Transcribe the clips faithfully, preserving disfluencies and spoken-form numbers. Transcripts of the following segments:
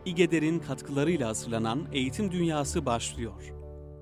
İGEDER'in katkılarıyla hazırlanan Eğitim Dünyası başlıyor.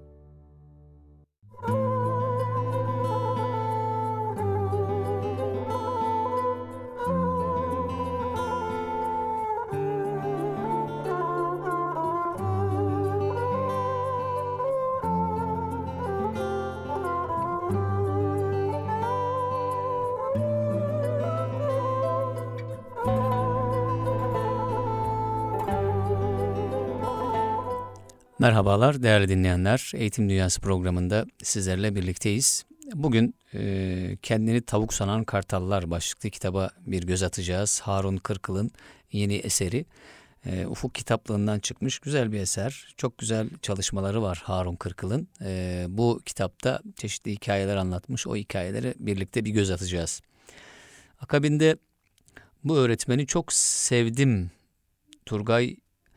Merhabalar değerli dinleyenler, Eğitim Dünyası programında sizlerle birlikteyiz. Bugün e, Kendini Tavuk Sanan Kartallar başlıklı kitaba bir göz atacağız. Harun Kırkıl'ın yeni eseri. E, Ufuk Kitaplığından çıkmış güzel bir eser. Çok güzel çalışmaları var Harun Kırkıl'ın. E, bu kitapta çeşitli hikayeler anlatmış. O hikayeleri birlikte bir göz atacağız. Akabinde bu öğretmeni çok sevdim. Turgay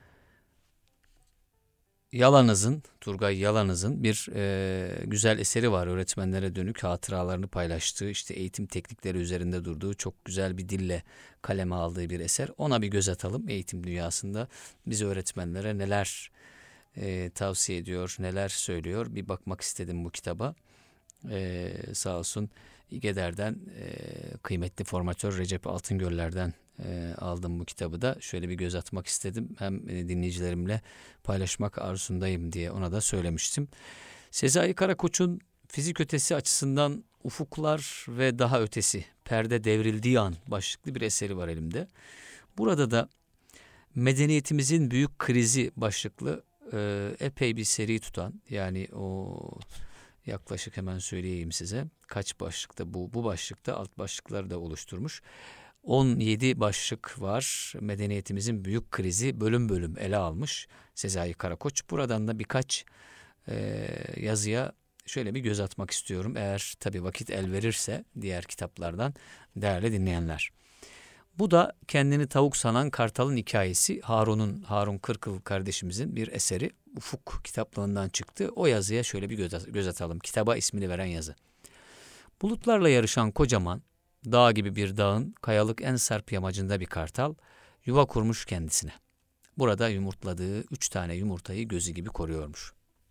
Yalanız'ın, Turgay Yalanız'ın bir e, güzel eseri var. Öğretmenlere dönük hatıralarını paylaştığı, işte eğitim teknikleri üzerinde durduğu, çok güzel bir dille kaleme aldığı bir eser. Ona bir göz atalım. Eğitim dünyasında biz öğretmenlere neler e, tavsiye ediyor, neler söylüyor. Bir bakmak istedim bu kitaba. E, sağ olsun İGEDER'den e, kıymetli formatör Recep Altıngöller'den e, aldım bu kitabı da. Şöyle bir göz atmak istedim. Hem e, dinleyicilerimle paylaşmak arzusundayım diye ona da söylemiştim. Sezai Karakoç'un Fizik Ötesi açısından Ufuklar ve Daha Ötesi, Perde Devrildiği An başlıklı bir eseri var elimde. Burada da medeniyetimizin büyük krizi başlıklı e, epey bir seri tutan, yani o yaklaşık hemen söyleyeyim size kaç başlıkta bu bu başlıkta alt başlıkları da oluşturmuş. on yedi başlık var. Medeniyetimizin büyük krizi bölüm bölüm ele almış Sezai Karakoç. Buradan da birkaç e, yazıya şöyle bir göz atmak istiyorum. Eğer tabii vakit el verirse diğer kitaplardan değerli dinleyenler. Bu da Kendini Tavuk Sanan Kartal'ın hikayesi. Harun'un, Harun Kırkıl kardeşimizin bir eseri. Ufuk kitaplığından çıktı. O yazıya şöyle bir göz, göz atalım. Kitaba ismini veren yazı. Bulutlarla yarışan kocaman, dağ gibi bir dağın kayalık en sarp yamacında bir kartal yuva kurmuş kendisine. Burada yumurtladığı üç tane yumurtayı gözü gibi koruyormuş.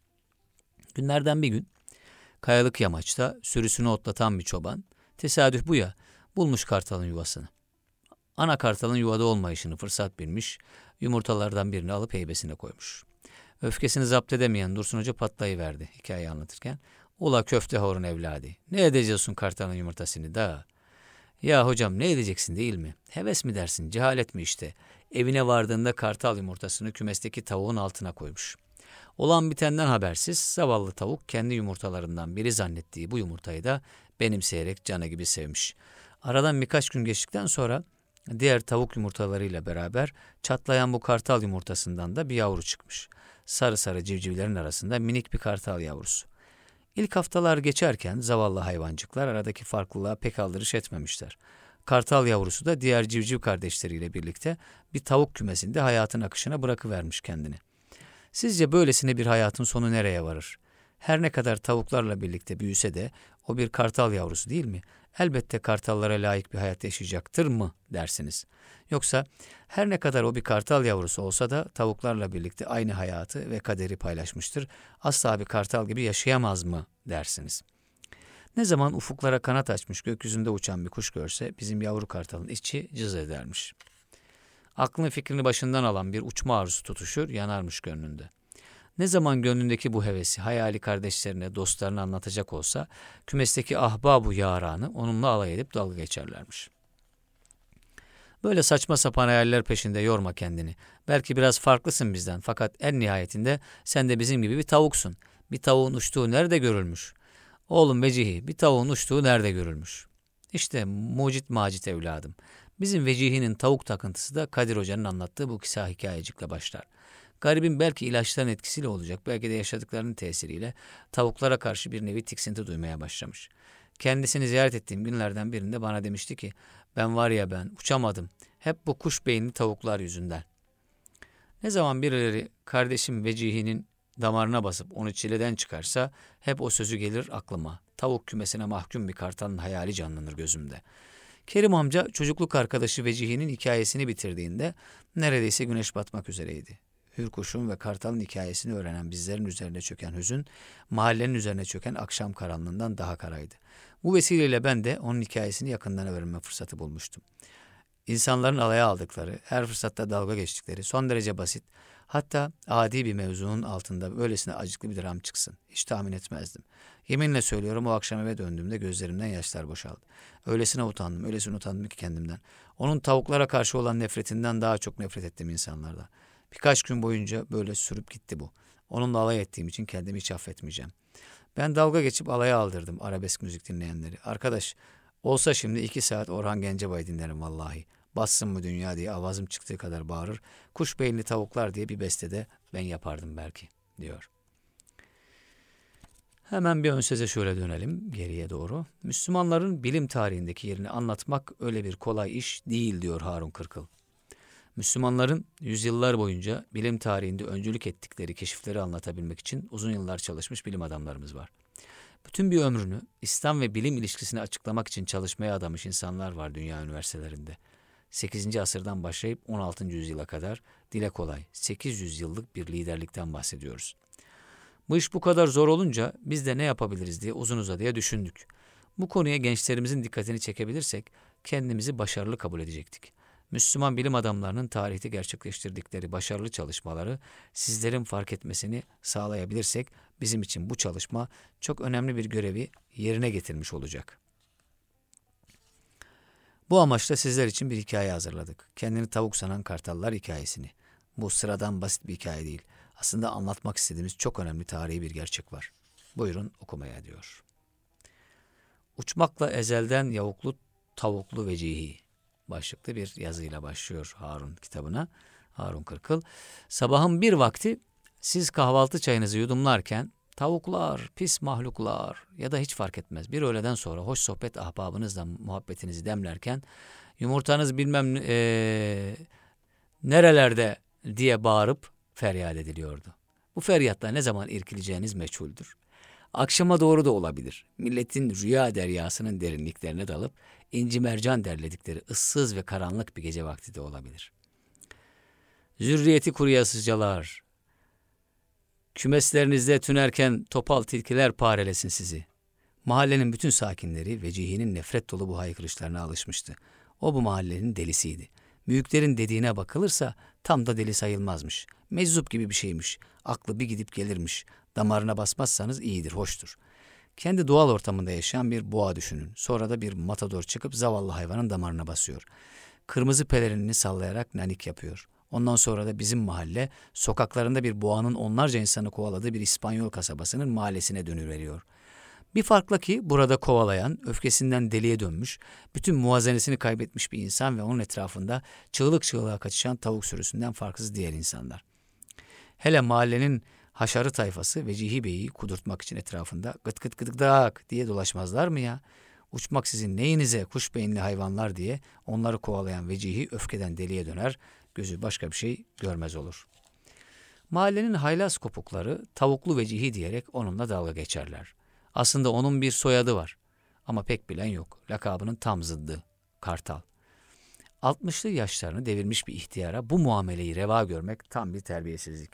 Günlerden bir gün kayalık yamaçta sürüsünü otlatan bir çoban, tesadüf bu ya, bulmuş kartalın yuvasını. Ana kartalın yuvada olmayışını fırsat bilmiş, yumurtalardan birini alıp heybesine koymuş. Öfkesini zapt edemeyen Dursun Hoca patlayıverdi hikayeyi anlatırken. Ula köfte horun evladı, ne edeceksin kartalın yumurtasını da? Ya hocam ne edeceksin değil mi? Heves mi dersin, cehalet mi işte? Evine vardığında kartal yumurtasını kümesteki tavuğun altına koymuş. Olan bitenden habersiz zavallı tavuk kendi yumurtalarından biri zannettiği bu yumurtayı da benimseyerek canı gibi sevmiş. Aradan birkaç gün geçtikten sonra diğer tavuk yumurtalarıyla beraber çatlayan bu kartal yumurtasından da bir yavru çıkmış. Sarı sarı civcivlerin arasında minik bir kartal yavrusu. İlk haftalar geçerken zavallı hayvancıklar aradaki farklılığa pek aldırış etmemişler. Kartal yavrusu da diğer civciv kardeşleriyle birlikte bir tavuk kümesinde hayatın akışına bırakıvermiş kendini. Sizce böylesine bir hayatın sonu nereye varır? Her ne kadar tavuklarla birlikte büyüse de o bir kartal yavrusu değil mi? Elbette kartallara layık bir hayat yaşayacaktır mı dersiniz? Yoksa her ne kadar o bir kartal yavrusu olsa da tavuklarla birlikte aynı hayatı ve kaderi paylaşmıştır. Asla bir kartal gibi yaşayamaz mı dersiniz? Ne zaman ufuklara kanat açmış gökyüzünde uçan bir kuş görse bizim yavru kartalın içi cız edermiş. Aklını fikrini başından alan bir uçma arzusu tutuşur, yanarmış gönlünde. Ne zaman gönlündeki bu hevesi, hayali kardeşlerine, dostlarına anlatacak olsa, kümesteki ahbab-u yaranı onunla alay edip dalga geçerlermiş. Böyle saçma sapan hayaller peşinde yorma kendini. Belki biraz farklısın bizden, fakat en nihayetinde sen de bizim gibi bir tavuksun. Bir tavuğun uçtuğu nerede görülmüş? Oğlum Vecihi, bir tavuğun uçtuğu nerede görülmüş? İşte mucit macit evladım. Bizim Vecihi'nin tavuk takıntısı da Kadir Hoca'nın anlattığı bu kısa hikayecikle başlar. Garibin belki ilaçların etkisiyle olacak, belki de yaşadıklarının tesiriyle tavuklara karşı bir nevi tiksinti duymaya başlamış. Kendisini ziyaret ettiğim günlerden birinde bana demişti ki, ben var ya ben uçamadım, hep bu kuş beyinli tavuklar yüzünden. Ne zaman birileri kardeşim Vecihi'nin damarına basıp onu çileden çıkarsa, hep o sözü gelir aklıma. Tavuk kümesine mahkum bir kartalın hayali canlanır gözümde. Kerim amca çocukluk arkadaşı Vecihi'nin hikayesini bitirdiğinde neredeyse güneş batmak üzereydi. Hürkuş'un ve Kartal'ın hikayesini öğrenen bizlerin üzerine çöken hüzün, mahallenin üzerine çöken akşam karanlığından daha karaydı. Bu vesileyle ben de onun hikayesini yakından öğrenme fırsatı bulmuştum. İnsanların alaya aldıkları, her fırsatta dalga geçtikleri, son derece basit, hatta adi bir mevzunun altında böylesine acıklı bir dram çıksın. Hiç tahmin etmezdim. Yeminle söylüyorum, o akşam eve döndüğümde gözlerimden yaşlar boşaldı. Öylesine utandım, öylesine utandım ki kendimden. Onun tavuklara karşı olan nefretinden daha çok nefret ettim insanlardan. Birkaç gün boyunca böyle sürüp gitti bu. Onunla alay ettiğim için kendimi hiç affetmeyeceğim. Ben dalga geçip alaya aldırdım arabesk müzik dinleyenleri. Arkadaş, olsa şimdi iki saat Orhan Gencebay dinlerim vallahi. Bassın mı dünya diye avazım çıktığı kadar bağırır. Kuş beyinli tavuklar diye bir bestede ben yapardım belki, diyor. Hemen bir ön söze şöyle dönelim geriye doğru. Müslümanların bilim tarihindeki yerini anlatmak öyle bir kolay iş değil, diyor Harun Kırkıl. Müslümanların yüzyıllar boyunca bilim tarihinde öncülük ettikleri keşifleri anlatabilmek için uzun yıllar çalışmış bilim adamlarımız var. Bütün bir ömrünü İslam ve bilim ilişkisini açıklamak için çalışmaya adamış insanlar var dünya üniversitelerinde. sekizinci asırdan başlayıp on altıncı yüzyıla kadar dile kolay sekiz yüz yıllık bir liderlikten bahsediyoruz. Bu iş bu kadar zor olunca biz de ne yapabiliriz diye uzun uzadıya düşündük. Bu konuya gençlerimizin dikkatini çekebilirsek kendimizi başarılı kabul edecektik. Müslüman bilim adamlarının tarihte gerçekleştirdikleri başarılı çalışmaları sizlerin fark etmesini sağlayabilirsek bizim için bu çalışma çok önemli bir görevi yerine getirmiş olacak. Bu amaçla sizler için bir hikaye hazırladık. Kendini tavuk sanan kartallar hikayesini. Bu sıradan basit bir hikaye değil. Aslında anlatmak istediğimiz çok önemli tarihi bir gerçek var. Buyurun okumaya, diyor. Uçmakla ezelden yavuklu tavuklu Vecihi başlıklı bir yazıyla başlıyor Harun kitabına. Harun Kırkıl. Sabahın bir vakti siz kahvaltı çayınızı yudumlarken tavuklar, pis mahluklar ya da hiç fark etmez. Bir öğleden sonra hoş sohbet ahbabınızla muhabbetinizi demlerken yumurtanız bilmem ee, nerelerde diye bağırıp feryat ediliyordu. Bu feryatla ne zaman irkileceğiniz meçhuldür. Akşama doğru da olabilir. Milletin rüya deryasının derinliklerine dalıp inci mercan derledikleri ıssız ve karanlık bir gece vakti de olabilir. Zürriyeti kuruyasıcalar, kümeslerinizde tünerken topal tilkiler parelesin sizi. Mahallenin bütün sakinleri Vecihi'nin nefret dolu bu haykırışlarına alışmıştı. O bu mahallenin delisiydi. Büyüklerin dediğine bakılırsa tam da deli sayılmazmış. Meczup gibi bir şeymiş. Aklı bir gidip gelirmiş. Damarına basmazsanız iyidir, hoştur. Kendi doğal ortamında yaşayan bir boğa düşünün. Sonra da bir matador çıkıp zavallı hayvanın damarına basıyor. Kırmızı pelerinini sallayarak nanik yapıyor. Ondan sonra da bizim mahalle sokaklarında bir boğanın onlarca insanı kovaladığı bir İspanyol kasabasının mahallesine dönüveriyor. Bir farkla ki burada kovalayan, öfkesinden deliye dönmüş, bütün muvazenesini kaybetmiş bir insan ve onun etrafında çığlık çığlığa kaçışan tavuk sürüsünden farksız diğer insanlar. Hele mahallenin haşarı tayfası Vecihi Bey'i kudurtmak için etrafında gıt gıt gıt gıdak diye dolaşmazlar mı ya? Uçmak sizin neyinize kuş beyinli hayvanlar diye onları kovalayan Vecihi öfkeden deliye döner, gözü başka bir şey görmez olur. Mahallenin haylaz kopukları tavuklu Vecihi diyerek onunla dalga geçerler. Aslında onun bir soyadı var ama pek bilen yok. Lakabının tam zıddı, Kartal. altmışlı yaşlarını devirmiş bir ihtiyara bu muameleyi reva görmek tam bir terbiyesizlik.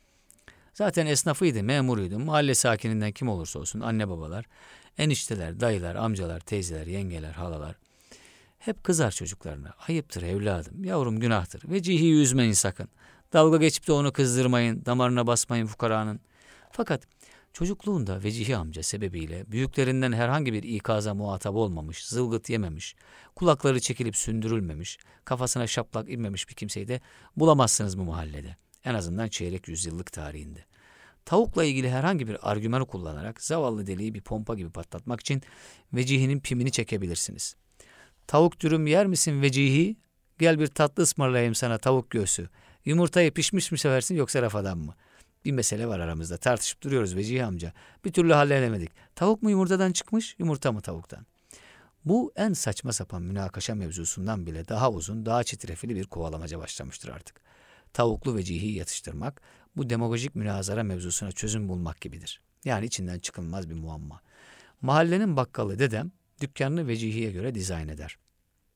Zaten esnafıydı, memuruydu, mahalle sakininden kim olursa olsun anne babalar, enişteler, dayılar, amcalar, teyzeler, yengeler, halalar hep kızar çocuklarına. Ayıptır evladım, yavrum günahtır. Vecihi'yi üzmeyin sakın. Dalga geçip de onu kızdırmayın, damarına basmayın fukaranın. Fakat çocukluğunda Vecihi amca sebebiyle büyüklerinden herhangi bir ikaza muhatap olmamış, zılgıt yememiş, kulakları çekilip sündürülmemiş, kafasına şaplak inmemiş bir kimseyi de bulamazsınız bu mahallede. En azından çeyrek yüzyıllık tarihinde. Tavukla ilgili herhangi bir argümanı kullanarak zavallı deliği bir pompa gibi patlatmak için Vecihi'nin pimini çekebilirsiniz. Tavuk dürüm yer misin Vecihi? Gel bir tatlı ısmarlayayım sana tavuk göğsü. Yumurtayı pişmiş mi seversin yoksa rafadan mı? Bir mesele var aramızda. Tartışıp duruyoruz Vecihi amca. Bir türlü halledemedik. Tavuk mu yumurtadan çıkmış, yumurta mı tavuktan? Bu en saçma sapan münakaşa mevzusundan bile daha uzun, daha çetrefilli bir kovalamaca başlamıştır artık. Tavuklu Vecihi'yi yatıştırmak, bu demagojik münazara mevzusuna çözüm bulmak gibidir. Yani içinden çıkılmaz bir muamma. Mahallenin bakkalı dedem, dükkanını Vecihi'ye göre dizayn eder.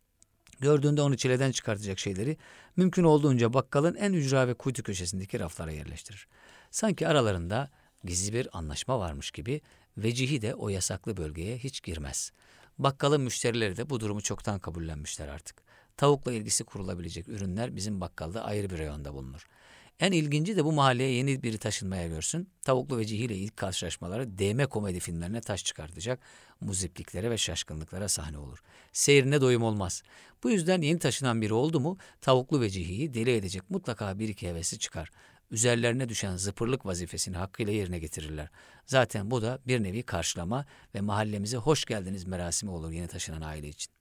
Gördüğünde onu çileden çıkartacak şeyleri mümkün olduğunca bakkalın en ücra ve kuytu köşesindeki raflara yerleştirir. Sanki aralarında gizli bir anlaşma varmış gibi vecihi de o yasaklı bölgeye hiç girmez. Bakkalın müşterileri de bu durumu çoktan kabullenmişler artık. Tavukla ilgisi kurulabilecek ürünler bizim bakkalda ayrı bir reyonda bulunur. En ilginci de bu mahalleye yeni biri taşınmaya görsün. Tavuklu vecihiyle ilk karşılaşmaları D M komedi filmlerine taş çıkartacak, muzipliklere ve şaşkınlıklara sahne olur. Seyrine doyum olmaz. Bu yüzden yeni taşınan biri oldu mu tavuklu vecihiyi deli edecek mutlaka bir iki hevesi çıkar. Üzerlerine düşen zıpırlık vazifesini hakkıyla yerine getirirler. Zaten bu da bir nevi karşılama ve mahallemize hoş geldiniz merasimi olur yeni taşınan aile için.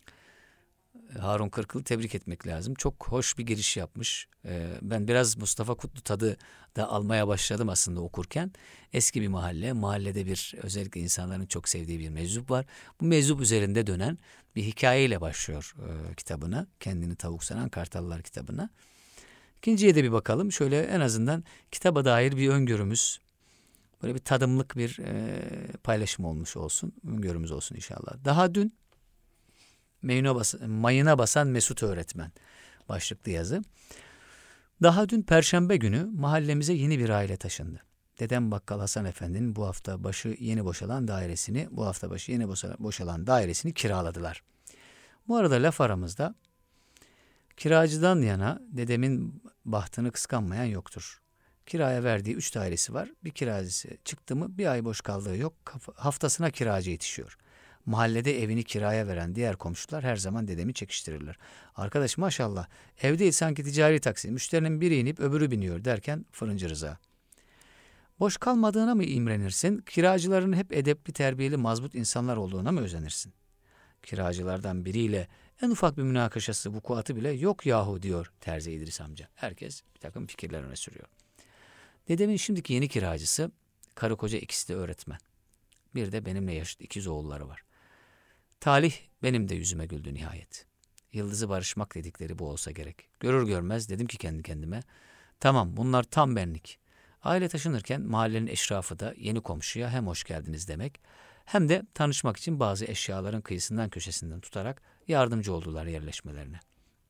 Harun Kırkıl'ı tebrik etmek lazım. Çok hoş bir giriş yapmış. Ee, ben biraz Mustafa Kutlu tadı da almaya başladım aslında okurken. Eski bir mahalle, mahallede bir özellikle insanların çok sevdiği bir meczup var. Bu meczup üzerinde dönen bir hikayeyle başlıyor e, kitabına. Kendini tavuk sanan Kartallar kitabına. İkinciye de bir bakalım. Şöyle en azından kitaba dair bir öngörümüz, böyle bir tadımlık bir e, paylaşım olmuş olsun. Öngörümüz olsun inşallah. Daha dün Mayına, bas mayına basan Mesut öğretmen başlıklı yazı. Daha dün Perşembe günü mahallemize yeni bir aile taşındı. Dedem Bakkal Hasan Efendi'nin bu hafta başı yeni boşalan dairesini, bu hafta başı yeni boşalan dairesini kiraladılar. Bu arada laf aramızda kiracıdan yana dedemin bahtını kıskanmayan yoktur. Kiraya verdiği üç dairesi var. Bir kiracısı çıktı mı bir ay boş kaldığı yok. Haftasına kiracı yetişiyor. Mahallede evini kiraya veren diğer komşular her zaman dedemi çekiştirirler. Arkadaş maşallah ev değil sanki ticari taksi. Müşterinin biri inip öbürü biniyor derken Fırıncı Rıza. Boş kalmadığına mı imrenirsin? Kiracıların hep edepli, terbiyeli, mazbut insanlar olduğuna mı özenirsin? Kiracılardan biriyle en ufak bir münakaşası, vukuatı bile yok yahu diyor Terzi İdris amca. Herkes bir takım fikirler öne sürüyor. Dedemin şimdiki yeni kiracısı, karı koca ikisi de öğretmen. Bir de benimle yaşıt ikiz oğulları var. Talih benim de yüzüme güldü nihayet. Yıldızı barışmak dedikleri bu olsa gerek. Görür görmez dedim ki kendi kendime, tamam bunlar tam benlik. Aile taşınırken mahallenin eşrafı da yeni komşuya hem hoş geldiniz demek, hem de tanışmak için bazı eşyaların kıyısından köşesinden tutarak yardımcı oldular yerleşmelerine.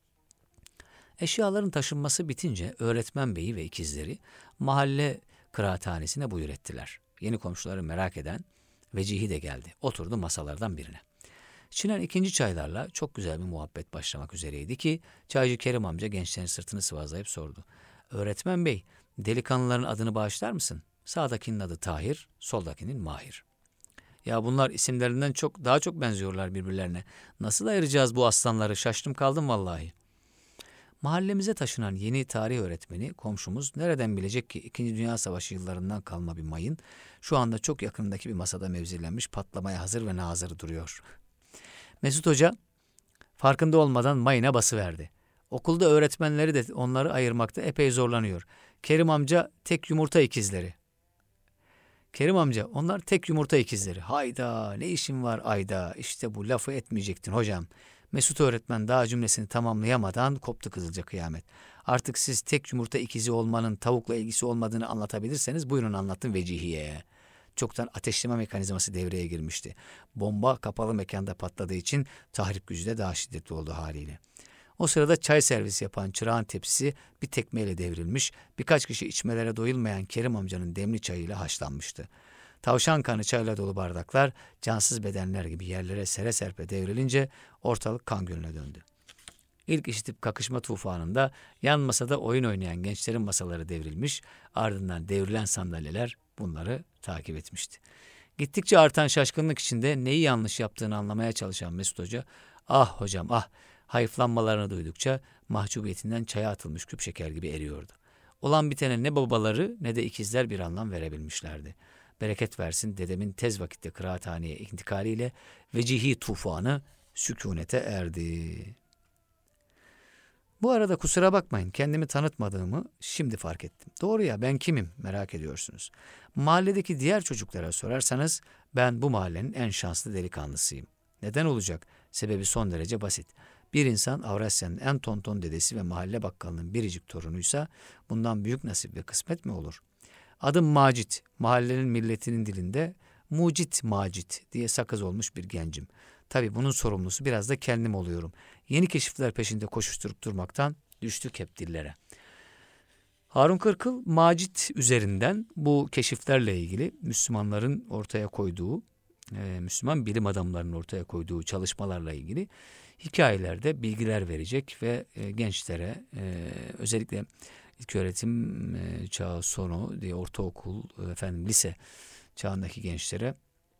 Eşyaların taşınması bitince öğretmen beyi ve ikizleri mahalle kıraathanesine buyur ettiler. Yeni komşuları merak eden vecihi de geldi. Oturdu masalardan birine. İçilen ikinci çaylarla çok güzel bir muhabbet başlamak üzereydi ki çaycı Kerim amca gençlerin sırtını sıvazlayıp sordu. Öğretmen bey, delikanlıların adını bağışlar mısın? Sağdakinin adı Tahir, soldakinin Mahir. Ya bunlar isimlerinden çok daha çok benziyorlar birbirlerine. Nasıl ayıracağız bu aslanları? Şaştım kaldım vallahi. Mahallemize taşınan yeni tarih öğretmeni komşumuz nereden bilecek ki İkinci Dünya Savaşı yıllarından kalma bir mayın şu anda çok yakındaki bir masada mevzilenmiş patlamaya hazır ve nazır duruyor. Mesut Hoca farkında olmadan mayına basıverdi. Okulda öğretmenleri de onları ayırmakta epey zorlanıyor. Kerim amca tek yumurta ikizleri. Kerim amca onlar tek yumurta ikizleri. Hayda ne işin var ayda, işte bu lafı etmeyecektin hocam. Mesut öğretmen daha cümlesini tamamlayamadan koptu kızılca kıyamet. Artık siz tek yumurta ikizi olmanın tavukla ilgisi olmadığını anlatabilirseniz buyurun anlatın vecihiye. Çoktan ateşleme mekanizması devreye girmişti. Bomba kapalı mekanda patladığı için tahrip gücü de daha şiddetli oldu haliyle. O sırada çay servisi yapan çırağın tepsisi bir tekmeyle devrilmiş, birkaç kişi içmelere doyulmayan Kerim amcanın demli çayıyla haşlanmıştı. Tavşan kanı çayla dolu bardaklar cansız bedenler gibi yerlere sere serpe devrilince ortalık kan gölüne döndü. İlk işitip kakışma tufanında yan masada oyun oynayan gençlerin masaları devrilmiş, ardından devrilen sandalyeler bunları takip etmişti. Gittikçe artan şaşkınlık içinde neyi yanlış yaptığını anlamaya çalışan Mesut Hoca, ah hocam ah, hayıflanmalarını duydukça mahcubiyetinden çaya atılmış küp şeker gibi eriyordu. Olan bitene ne babaları ne de ikizler bir anlam verebilmişlerdi. Bereket versin dedemin tez vakitte kıraathaneye intikaliyle vecihi tufanı sükunete erdi. Bu arada kusura bakmayın kendimi tanıtmadığımı şimdi fark ettim. Doğru ya ben kimim merak ediyorsunuz. Mahalledeki diğer çocuklara sorarsanız ben bu mahallenin en şanslı delikanlısıyım. Neden olacak? Sebebi son derece basit. Bir insan Avrasya'nın en tonton dedesi ve mahalle bakkalının biricik torunuysa bundan büyük nasip ve kısmet mi olur? Adım Macit, mahallenin milletinin dilinde Mucit Macit diye sakız olmuş bir gencim. Tabii bunun sorumlusu biraz da kendim oluyorum. Yeni keşifler peşinde koşuşturup durmaktan düştük hep dillere. Harun Kırkıl, Macit üzerinden bu keşiflerle ilgili Müslümanların ortaya koyduğu, e, Müslüman bilim adamlarının ortaya koyduğu çalışmalarla ilgili hikayelerde bilgiler verecek ve e, gençlere e, özellikle ilköğretim e, çağı sonu, diye ortaokul, efendim lise çağındaki gençlere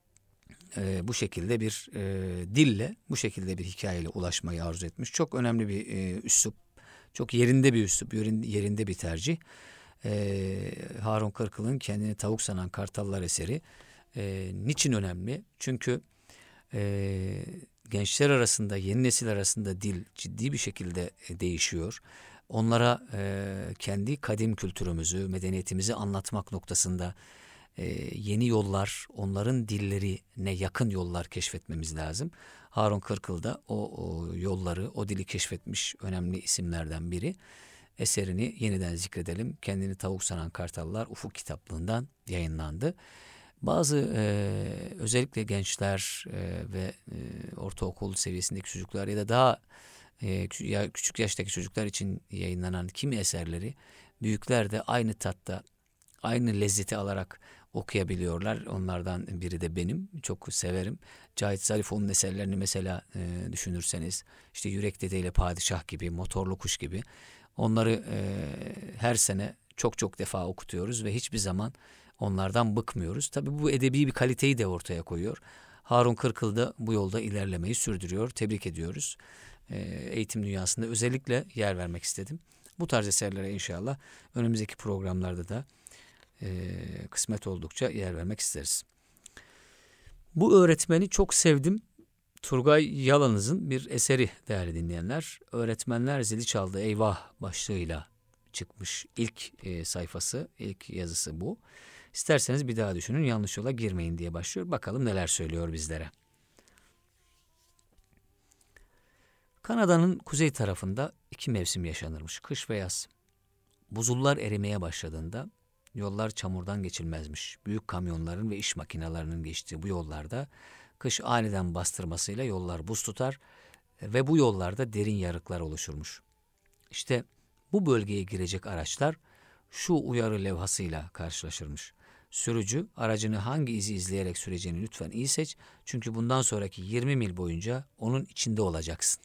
e, bu şekilde bir e, dille, bu şekilde bir hikayeyle ulaşmayı arzu etmiş. Çok önemli bir e, üslup, çok yerinde bir üslup, yerinde bir tercih. E, Harun Kırkıl'ın kendini tavuk sanan kartallar eseri e, niçin önemli? Çünkü e, gençler arasında, yeni nesil arasında dil ciddi bir şekilde e, değişiyor. Onlara e, kendi kadim kültürümüzü, medeniyetimizi anlatmak noktasında e, yeni yollar, onların dillerine yakın yollar keşfetmemiz lazım. Harun Kırkıl da o, o yolları, o dili keşfetmiş önemli isimlerden biri. Eserini yeniden zikredelim. Kendini tavuk sanan kartallar Ufuk kitaplığından yayınlandı. Bazı e, özellikle gençler e, ve e, ortaokul seviyesindeki çocuklar ya da daha e, ya küçük yaştaki çocuklar için yayınlanan kimi eserleri büyükler de aynı tatta, aynı lezzeti alarak okuyabiliyorlar. Onlardan biri de benim. Çok severim. Cahit Zarifoğlu'nun eserlerini mesela e, düşünürseniz, işte Yürek Dede ile Padişah gibi, Motorlu Kuş gibi, onları e, her sene çok çok defa okutuyoruz ve hiçbir zaman onlardan bıkmıyoruz. Tabii bu edebi bir kaliteyi de ortaya koyuyor. Harun Kırkıl da bu yolda ilerlemeyi sürdürüyor. Tebrik ediyoruz. E, eğitim dünyasında özellikle yer vermek istedim. Bu tarz eserlere inşallah önümüzdeki programlarda da e, kısmet oldukça yer vermek isteriz. Bu öğretmeni çok sevdim. Turgay Yalanız'ın bir eseri değerli dinleyenler. Öğretmenler Zili Çaldı Eyvah başlığıyla çıkmış ilk e, sayfası, ilk yazısı bu. İsterseniz bir daha düşünün, yanlış yola girmeyin diye başlıyor. Bakalım neler söylüyor bizlere. Kanada'nın kuzey tarafında iki mevsim yaşanırmış, kış ve yaz. Buzullar erimeye başladığında yollar çamurdan geçilmezmiş. Büyük kamyonların ve iş makinelerinin geçtiği bu yollarda kış aniden bastırmasıyla yollar buz tutar ve bu yollarda derin yarıklar oluşurmuş. İşte bu bölgeye girecek araçlar şu uyarı levhasıyla karşılaşırmış. Sürücü aracını hangi izi izleyerek süreceğini lütfen iyi seç. Çünkü bundan sonraki yirmi mil boyunca onun içinde olacaksın.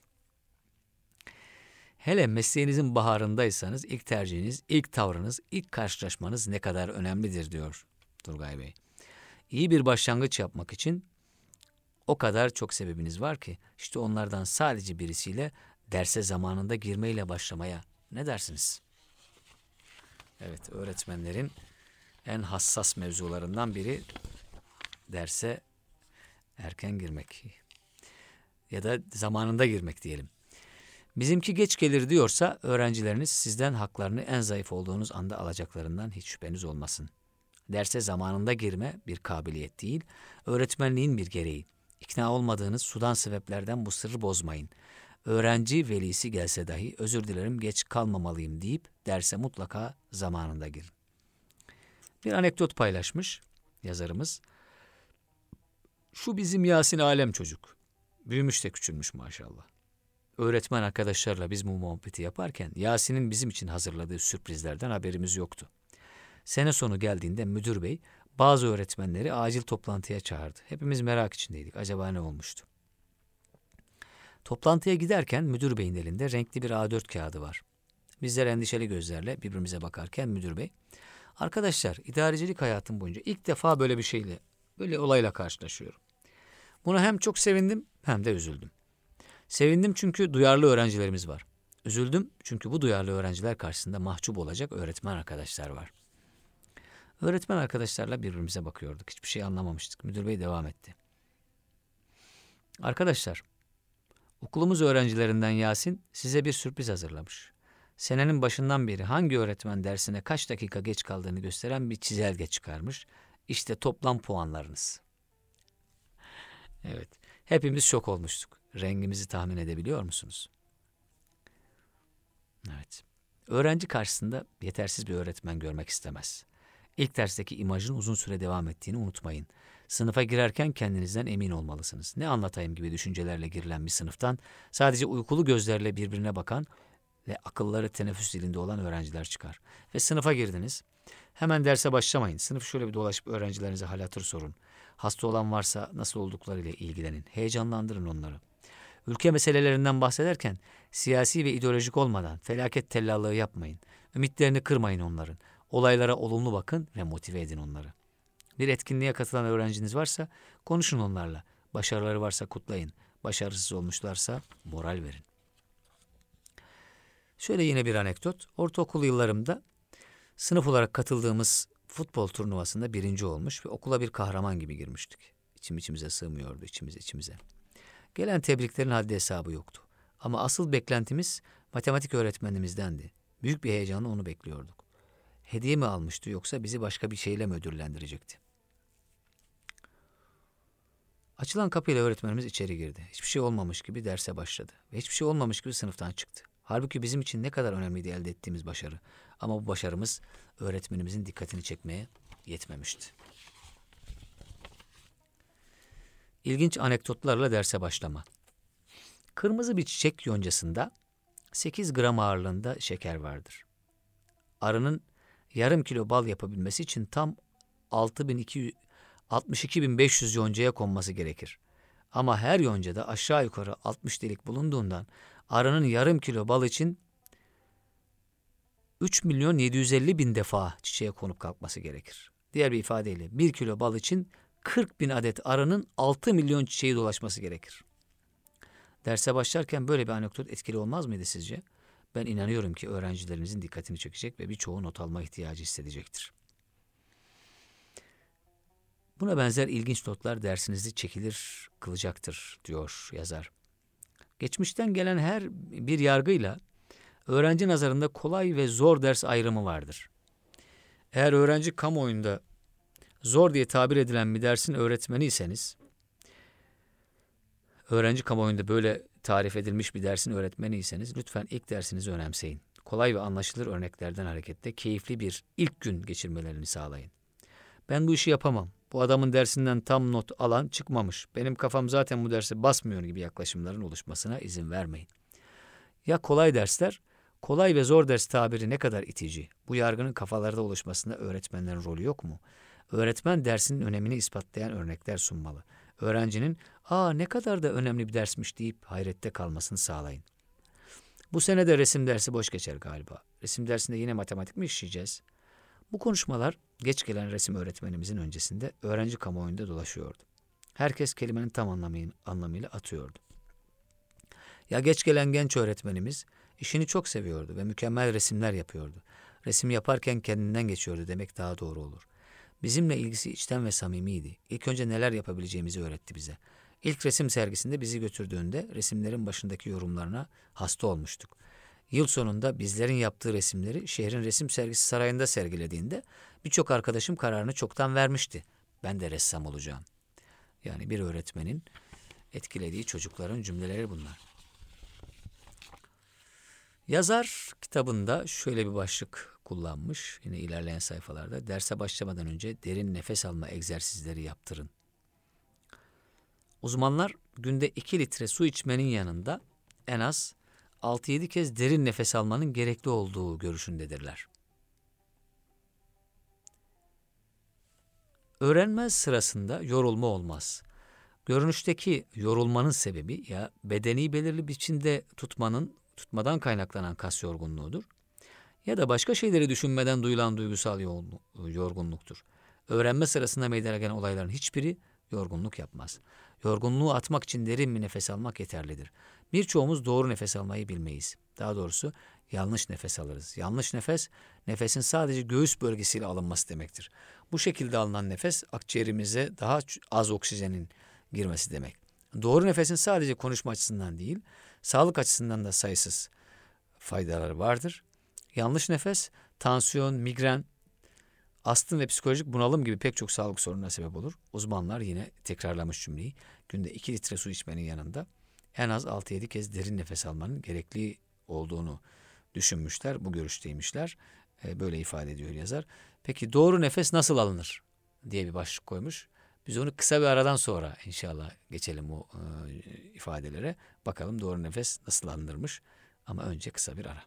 Hele mesleğinizin baharındaysanız ilk tercihiniz, ilk tavrınız, ilk karşılaşmanız ne kadar önemlidir diyor Turgay Bey. İyi bir başlangıç yapmak için o kadar çok sebebiniz var ki işte onlardan sadece birisiyle derse zamanında girmeyle başlamaya ne dersiniz? Evet, öğretmenlerin en hassas mevzularından biri derse erken girmek ya da zamanında girmek diyelim. Bizimki geç gelir diyorsa öğrencileriniz sizden haklarını en zayıf olduğunuz anda alacaklarından hiç şüpheniz olmasın. Derse zamanında girme bir kabiliyet değil, öğretmenliğin bir gereği. İkna olmadığınız sudan sebeplerden bu sırrı bozmayın. Öğrenci velisi gelse dahi özür dilerim geç kalmamalıyım deyip derse mutlaka zamanında girin. Bir anekdot paylaşmış yazarımız. Şu bizim Yasin alem çocuk. Büyümüş de küçülmüş maşallah. Öğretmen arkadaşlarla biz bu muhabbeti yaparken Yasin'in bizim için hazırladığı sürprizlerden haberimiz yoktu. Sene sonu geldiğinde müdür bey bazı öğretmenleri acil toplantıya çağırdı. Hepimiz merak içindeydik. Acaba ne olmuştu? Toplantıya giderken müdür beyin elinde renkli bir A dört kağıdı var. Bizler endişeli gözlerle birbirimize bakarken müdür bey, arkadaşlar idarecilik hayatım boyunca ilk defa böyle bir şeyle, böyle olayla karşılaşıyorum. Buna hem çok sevindim hem de üzüldüm. Sevindim çünkü duyarlı öğrencilerimiz var. Üzüldüm çünkü bu duyarlı öğrenciler karşısında mahcup olacak öğretmen arkadaşlar var. Öğretmen arkadaşlarla birbirimize bakıyorduk. Hiçbir şey anlamamıştık. Müdür bey devam etti. Arkadaşlar, okulumuz öğrencilerinden Yasin size bir sürpriz hazırlamış. Senenin başından beri hangi öğretmen dersine kaç dakika geç kaldığını gösteren bir çizelge çıkarmış. İşte toplam puanlarınız. Evet, hepimiz şok olmuştuk. Rengimizi tahmin edebiliyor musunuz? Evet. Öğrenci karşısında yetersiz bir öğretmen görmek istemez. İlk dersteki imajın uzun süre devam ettiğini unutmayın. Sınıfa girerken kendinizden emin olmalısınız. Ne anlatayım gibi düşüncelerle girilen bir sınıftan sadece uykulu gözlerle birbirine bakan ve akılları teneffüs dilinde olan öğrenciler çıkar. Ve sınıfa girdiniz. Hemen derse başlamayın. Sınıf şöyle bir dolaşıp öğrencilerinize hal hatır sorun. Hasta olan varsa nasıl olduklarıyla ilgilenin. Heyecanlandırın onları. Ülke meselelerinden bahsederken siyasi ve ideolojik olmadan felaket tellallığı yapmayın. Ümitlerini kırmayın onların. Olaylara olumlu bakın ve motive edin onları. Bir etkinliğe katılan öğrenciniz varsa konuşun onlarla. Başarıları varsa kutlayın. Başarısız olmuşlarsa moral verin. Şöyle yine bir anekdot. Ortaokul yıllarımda sınıf olarak katıldığımız futbol turnuvasında birinci olmuş ve okula bir kahraman gibi girmiştik. İçim içimize sığmıyordu, içimiz içimize. Gelen tebriklerin haddi hesabı yoktu. Ama asıl beklentimiz matematik öğretmenimizdendi. Büyük bir heyecanla onu bekliyorduk. Hediye mi almıştı yoksa bizi başka bir şeyle mi ödüllendirecekti? Açılan kapıyla öğretmenimiz içeri girdi. Hiçbir şey olmamış gibi derse başladı. Ve hiçbir şey olmamış gibi sınıftan çıktı. Halbuki bizim için ne kadar önemliydi elde ettiğimiz başarı. Ama bu başarımız öğretmenimizin dikkatini çekmeye yetmemişti. İlginç anekdotlarla derse başlama. Kırmızı bir çiçek yoncasında sekiz gram ağırlığında şeker vardır. Arının yarım kilo bal yapabilmesi için tam altmış iki bin beş yüz yoncaya konması gerekir. Ama her yoncada aşağı yukarı altmış delik bulunduğundan arının yarım kilo bal için üç milyon yedi yüz elli bin defa çiçeğe konup kalkması gerekir. Diğer bir ifadeyle bir kilo bal için kırk bin adet arının altı milyon çiçeği dolaşması gerekir. Derse başlarken böyle bir anekdot etkili olmaz mıydı sizce? Ben inanıyorum ki öğrencilerinizin dikkatini çekecek ve birçoğu not alma ihtiyacı hissedecektir. Buna benzer ilginç notlar dersinizi çekilir kılacaktır diyor yazar. Geçmişten gelen her bir yargıyla öğrenci nazarında kolay ve zor ders ayrımı vardır. Eğer öğrenci kamuoyunda zor diye tabir edilen bir dersin öğretmeniyseniz, öğrenci kamuoyunda böyle tarif edilmiş bir dersin öğretmeniyseniz lütfen ilk dersinizi önemseyin. Kolay ve anlaşılır örneklerden hareketle keyifli bir ilk gün geçirmelerini sağlayın. Ben bu işi yapamam. Bu adamın dersinden tam not alan çıkmamış. Benim kafam zaten bu derse basmıyor gibi yaklaşımların oluşmasına izin vermeyin. Ya kolay dersler, kolay ve zor ders tabiri ne kadar itici. Bu yargının kafalarda oluşmasında öğretmenlerin rolü yok mu? Öğretmen dersinin önemini ispatlayan örnekler sunmalı. Öğrencinin ''Aa ne kadar da önemli bir dersmiş'' deyip hayrette kalmasını sağlayın. Bu sene de resim dersi boş geçer galiba. Resim dersinde yine matematik mi işleyeceğiz? Bu konuşmalar geç gelen resim öğretmenimizin öncesinde öğrenci kamuoyunda dolaşıyordu. Herkes kelimenin tam anlamıyla, anlamıyla atıyordu. Ya geç gelen genç öğretmenimiz işini çok seviyordu ve mükemmel resimler yapıyordu. Resim yaparken kendinden geçiyordu demek daha doğru olur. Bizimle ilgisi içten ve samimiydi. İlk önce neler yapabileceğimizi öğretti bize. İlk resim sergisinde bizi götürdüğünde resimlerin başındaki yorumlarına hasta olmuştuk. Yıl sonunda bizlerin yaptığı resimleri şehrin resim sergisi sarayında sergilediğinde birçok arkadaşım kararını çoktan vermişti. Ben de ressam olacağım. Yani bir öğretmenin etkilediği çocukların cümleleri bunlar. Yazar kitabında şöyle bir başlık kullanmış. Yine ilerleyen sayfalarda derse başlamadan önce derin nefes alma egzersizleri yaptırın. Uzmanlar günde iki litre su içmenin yanında en az altı yedi kez derin nefes almanın gerekli olduğu görüşündedirler. Öğrenme sırasında yorulma olmaz. Görünüşteki yorulmanın sebebi ya bedeni belirli biçimde tutmanın tutmadan kaynaklanan kas yorgunluğudur ya da başka şeyleri düşünmeden duyulan duygusal yorgunluktur. Öğrenme sırasında meydana gelen olayların hiçbiri yorgunluk yapmaz. Yorgunluğu atmak için derin bir nefes almak yeterlidir. Birçoğumuz doğru nefes almayı bilmeyiz. Daha doğrusu yanlış nefes alırız. Yanlış nefes, nefesin sadece göğüs bölgesiyle alınması demektir. Bu şekilde alınan nefes akciğerimize daha az oksijenin girmesi demek. Doğru nefesin sadece konuşma açısından değil, sağlık açısından da sayısız faydaları vardır. Yanlış nefes, tansiyon, migren, astım ve psikolojik bunalım gibi pek çok sağlık sorununa sebep olur. Uzmanlar yine tekrarlamış cümleyi. Günde iki litre su içmenin yanında en az altı yedi kez derin nefes almanın gerekli olduğunu düşünmüşler. Bu görüşteymişler. E, böyle ifade ediyor yazar. Peki doğru nefes nasıl alınır diye bir başlık koymuş. Biz onu kısa bir aradan sonra inşallah geçelim o e, ifadelere. Bakalım doğru nefes nasıl alınırmış. Ama önce kısa bir ara.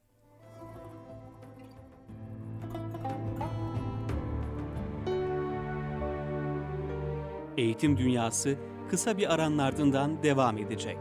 Eğitim Dünyası kısa bir aranın ardından devam edecek.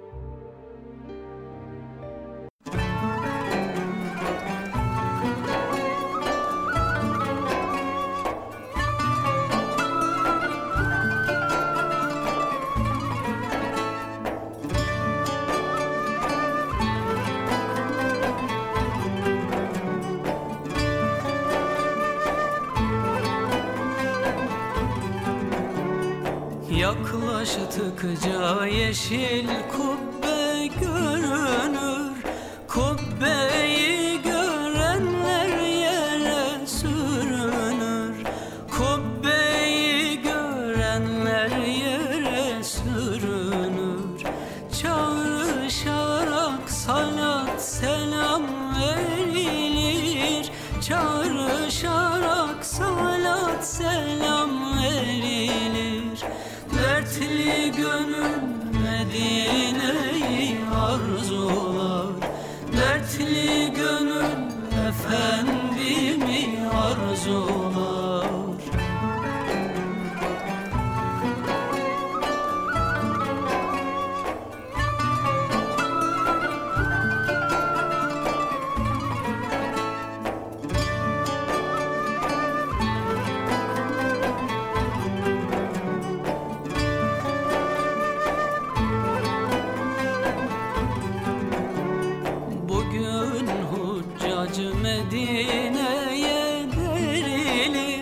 Yaklaştıkça yeşil kubbe görünür. Kubbeyi görenler yere sürünür. Kubbeyi görenler yere sürünür. Çağrışarak salat selam verilir. Çağrışarak salat selam verilir. Dertli gönül Medine'yi arzular. Dertli gönül Efendim'i arzular. Medine'ye derilir.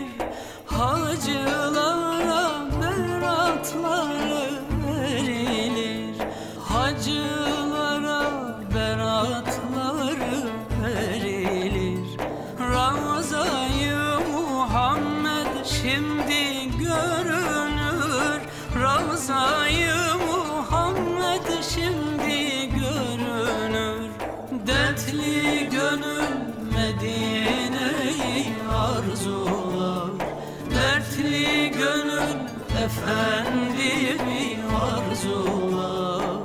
Hacılara beratları verilir. Hacılara beratları verilir. Ravza-i Muhammed şimdi görünür. Ravza-i Muhammed şimdi görünür. Dertli gönül Medine'yi arzular. Dertli gönül Efendim'i arzular.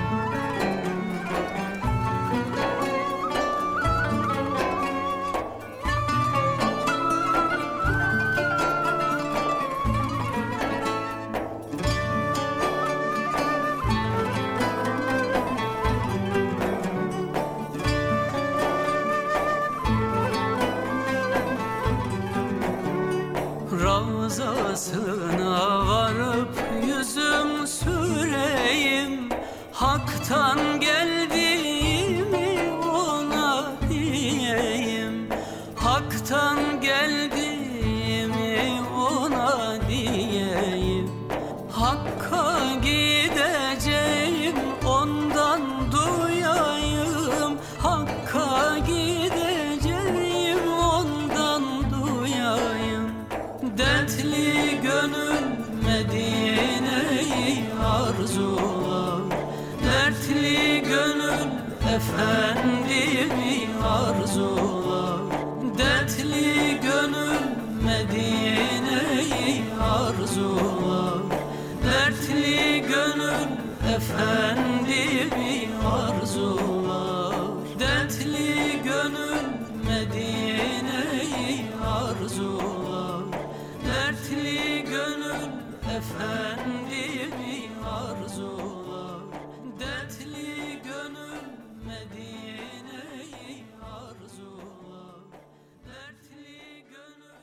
Ravzasına varıp yüzüm süreyim. Hak'tan geldiğimi ona diyeyim. Hak'tan geldiğimi ona diyeyim. Hakk'a gideceğim ondan duyayım. Hakk'a gideceğim ondan duyayım. Dertli gönül Medine'yi arzular. Dertli gönül Efendim'i arzular. Dertli gönül Medine'yi arzular. Dertli gönül Efendim'i arzular. Dertli gönül Medine'yi arzular. Dertli gönül Efendim'i arzular. Dertli gönül Medine'yi arzular. Dertli gönül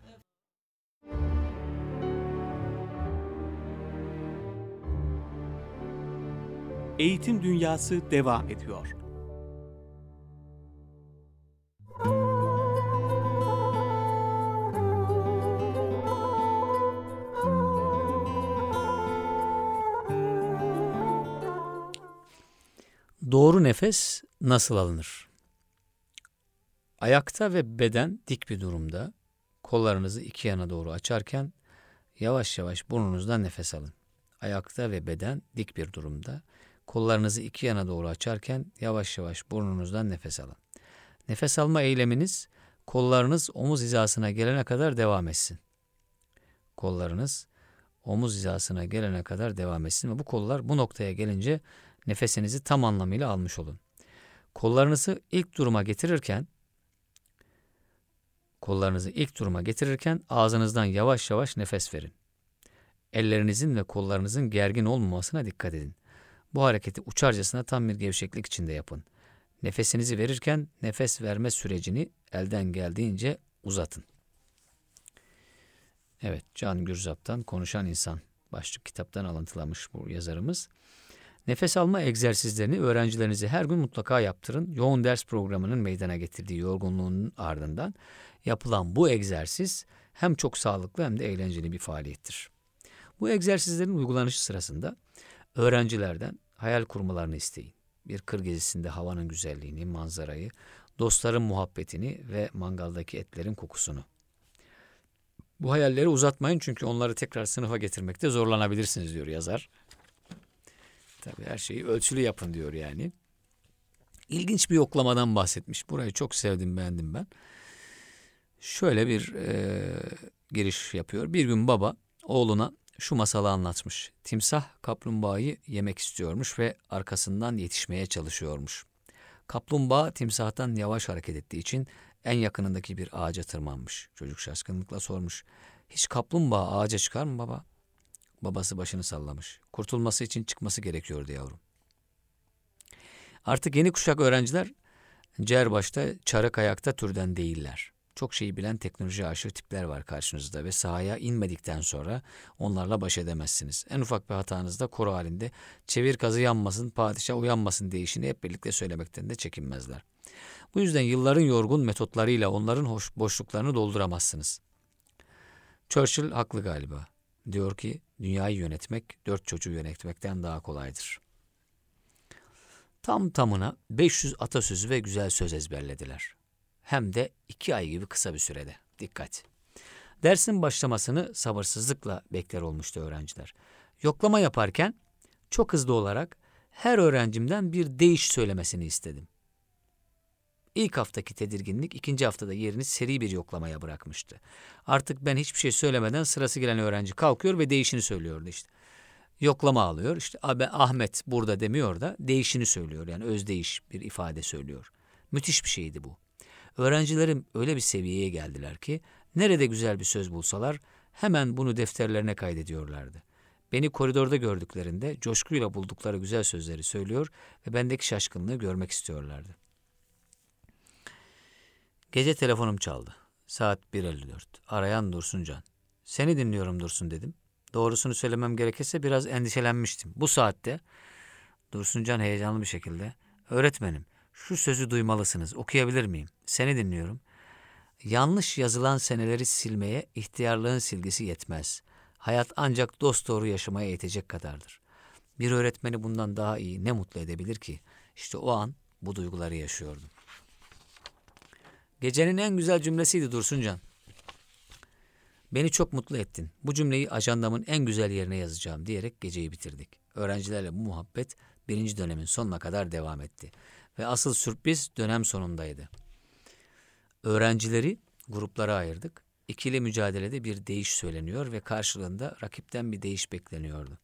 Eğitim Dünyası devam ediyor. Doğru nefes nasıl alınır? Ayakta ve beden dik bir durumda kollarınızı iki yana doğru açarken yavaş yavaş burnunuzdan nefes alın. Ayakta ve beden dik bir durumda kollarınızı iki yana doğru açarken yavaş yavaş burnunuzdan nefes alın. Nefes alma eyleminiz Kollarınız omuz hizasına gelene kadar devam etsin. Kollarınız omuz hizasına gelene kadar devam etsin ve bu kollar bu noktaya gelince nefesinizi tam anlamıyla almış olun. Kollarınızı ilk duruma getirirken kollarınızı ilk duruma getirirken ağzınızdan yavaş yavaş nefes verin. Ellerinizin ve kollarınızın gergin olmamasına dikkat edin. Bu hareketi uçarcasına tam bir gevşeklik içinde yapın. Nefesinizi verirken nefes verme sürecini elden geldiğince uzatın. Evet, Can Gürzap'tan Konuşan İnsan başlık kitaptan alıntılamış bu yazarımız. Nefes alma egzersizlerini öğrencilerinize her gün mutlaka yaptırın. Yoğun ders programının meydana getirdiği yorgunluğun ardından yapılan bu egzersiz hem çok sağlıklı hem de eğlenceli bir faaliyettir. Bu egzersizlerin uygulanışı sırasında öğrencilerden hayal kurmalarını isteyin. Bir kır gezisinde havanın güzelliğini, manzarayı, dostların muhabbetini ve mangaldaki etlerin kokusunu. Bu hayalleri uzatmayın çünkü onları tekrar sınıfa getirmekte zorlanabilirsiniz diyor yazar. Tabii her şeyi ölçülü yapın diyor yani. İlginç bir yoklamadan bahsetmiş. Burayı çok sevdim, beğendim ben. Şöyle bir e, giriş yapıyor. Bir gün baba oğluna şu masalı anlatmış. Timsah kaplumbağayı yemek istiyormuş ve arkasından yetişmeye çalışıyormuş. Kaplumbağa timsahtan yavaş hareket ettiği için en yakınındaki bir ağaca tırmanmış. Çocuk şaşkınlıkla sormuş. Hiç kaplumbağa ağaca çıkar mı baba? Babası başını sallamış. Kurtulması için çıkması gerekiyordu yavrum. Artık yeni kuşak öğrenciler cerbaşta, çarık ayakta türden değiller. Çok şeyi bilen teknoloji aşığı tipler var karşınızda ve sahaya inmedikten sonra onlarla baş edemezsiniz. En ufak bir hatanızda koro halinde çevir kazı yanmasın, padişah uyanmasın deyişini hep birlikte söylemekten de çekinmezler. Bu yüzden yılların yorgun metotlarıyla onların hoş boşluklarını dolduramazsınız. Churchill haklı galiba. Diyor ki dünyayı yönetmek dört çocuğu yönetmekten daha kolaydır. Tam tamına beş yüz atasözü ve güzel söz ezberlediler. Hem de iki ay gibi kısa bir sürede. Dikkat! Dersin başlamasını sabırsızlıkla bekler olmuştu öğrenciler. Yoklama yaparken çok hızlı olarak her öğrencimden bir deyiş söylemesini istedim. İlk haftaki tedirginlik ikinci haftada yerini seri bir yoklamaya bırakmıştı. Artık ben hiçbir şey söylemeden sırası gelen öğrenci kalkıyor ve deyişini söylüyordu işte. Yoklama alıyor. İşte abi Ahmet burada demiyor da deyişini söylüyor. Yani özdeyiş bir ifade söylüyor. Müthiş bir şeydi bu. Öğrencilerim öyle bir seviyeye geldiler ki nerede güzel bir söz bulsalar hemen bunu defterlerine kaydediyorlardı. Beni koridorda gördüklerinde coşkuyla buldukları güzel sözleri söylüyor ve bendeki şaşkınlığı görmek istiyorlardı. Gece telefonum çaldı. Saat bir elli dört. Arayan Dursuncan. Seni dinliyorum Dursun dedim. Doğrusunu söylemem gerekirse biraz endişelenmiştim. Bu saatte Dursuncan heyecanlı bir şekilde öğretmenim şu sözü duymalısınız, okuyabilir miyim? Seni dinliyorum. Yanlış yazılan seneleri silmeye ihtiyarlığın silgisi yetmez. Hayat ancak dosdoğru yaşamaya yetecek kadardır. Bir öğretmeni bundan daha iyi ne mutlu edebilir ki? İşte o an bu duyguları yaşıyordum. Gecenin en güzel cümlesiydi Dursuncan. Beni çok mutlu ettin. Bu cümleyi ajandamın en güzel yerine yazacağım diyerek geceyi bitirdik. Öğrencilerle bu muhabbet birinci dönemin sonuna kadar devam etti. Ve asıl sürpriz dönem sonundaydı. Öğrencileri gruplara ayırdık. İkili mücadelede bir deyiş söyleniyor ve karşılığında rakipten bir deyiş bekleniyordu.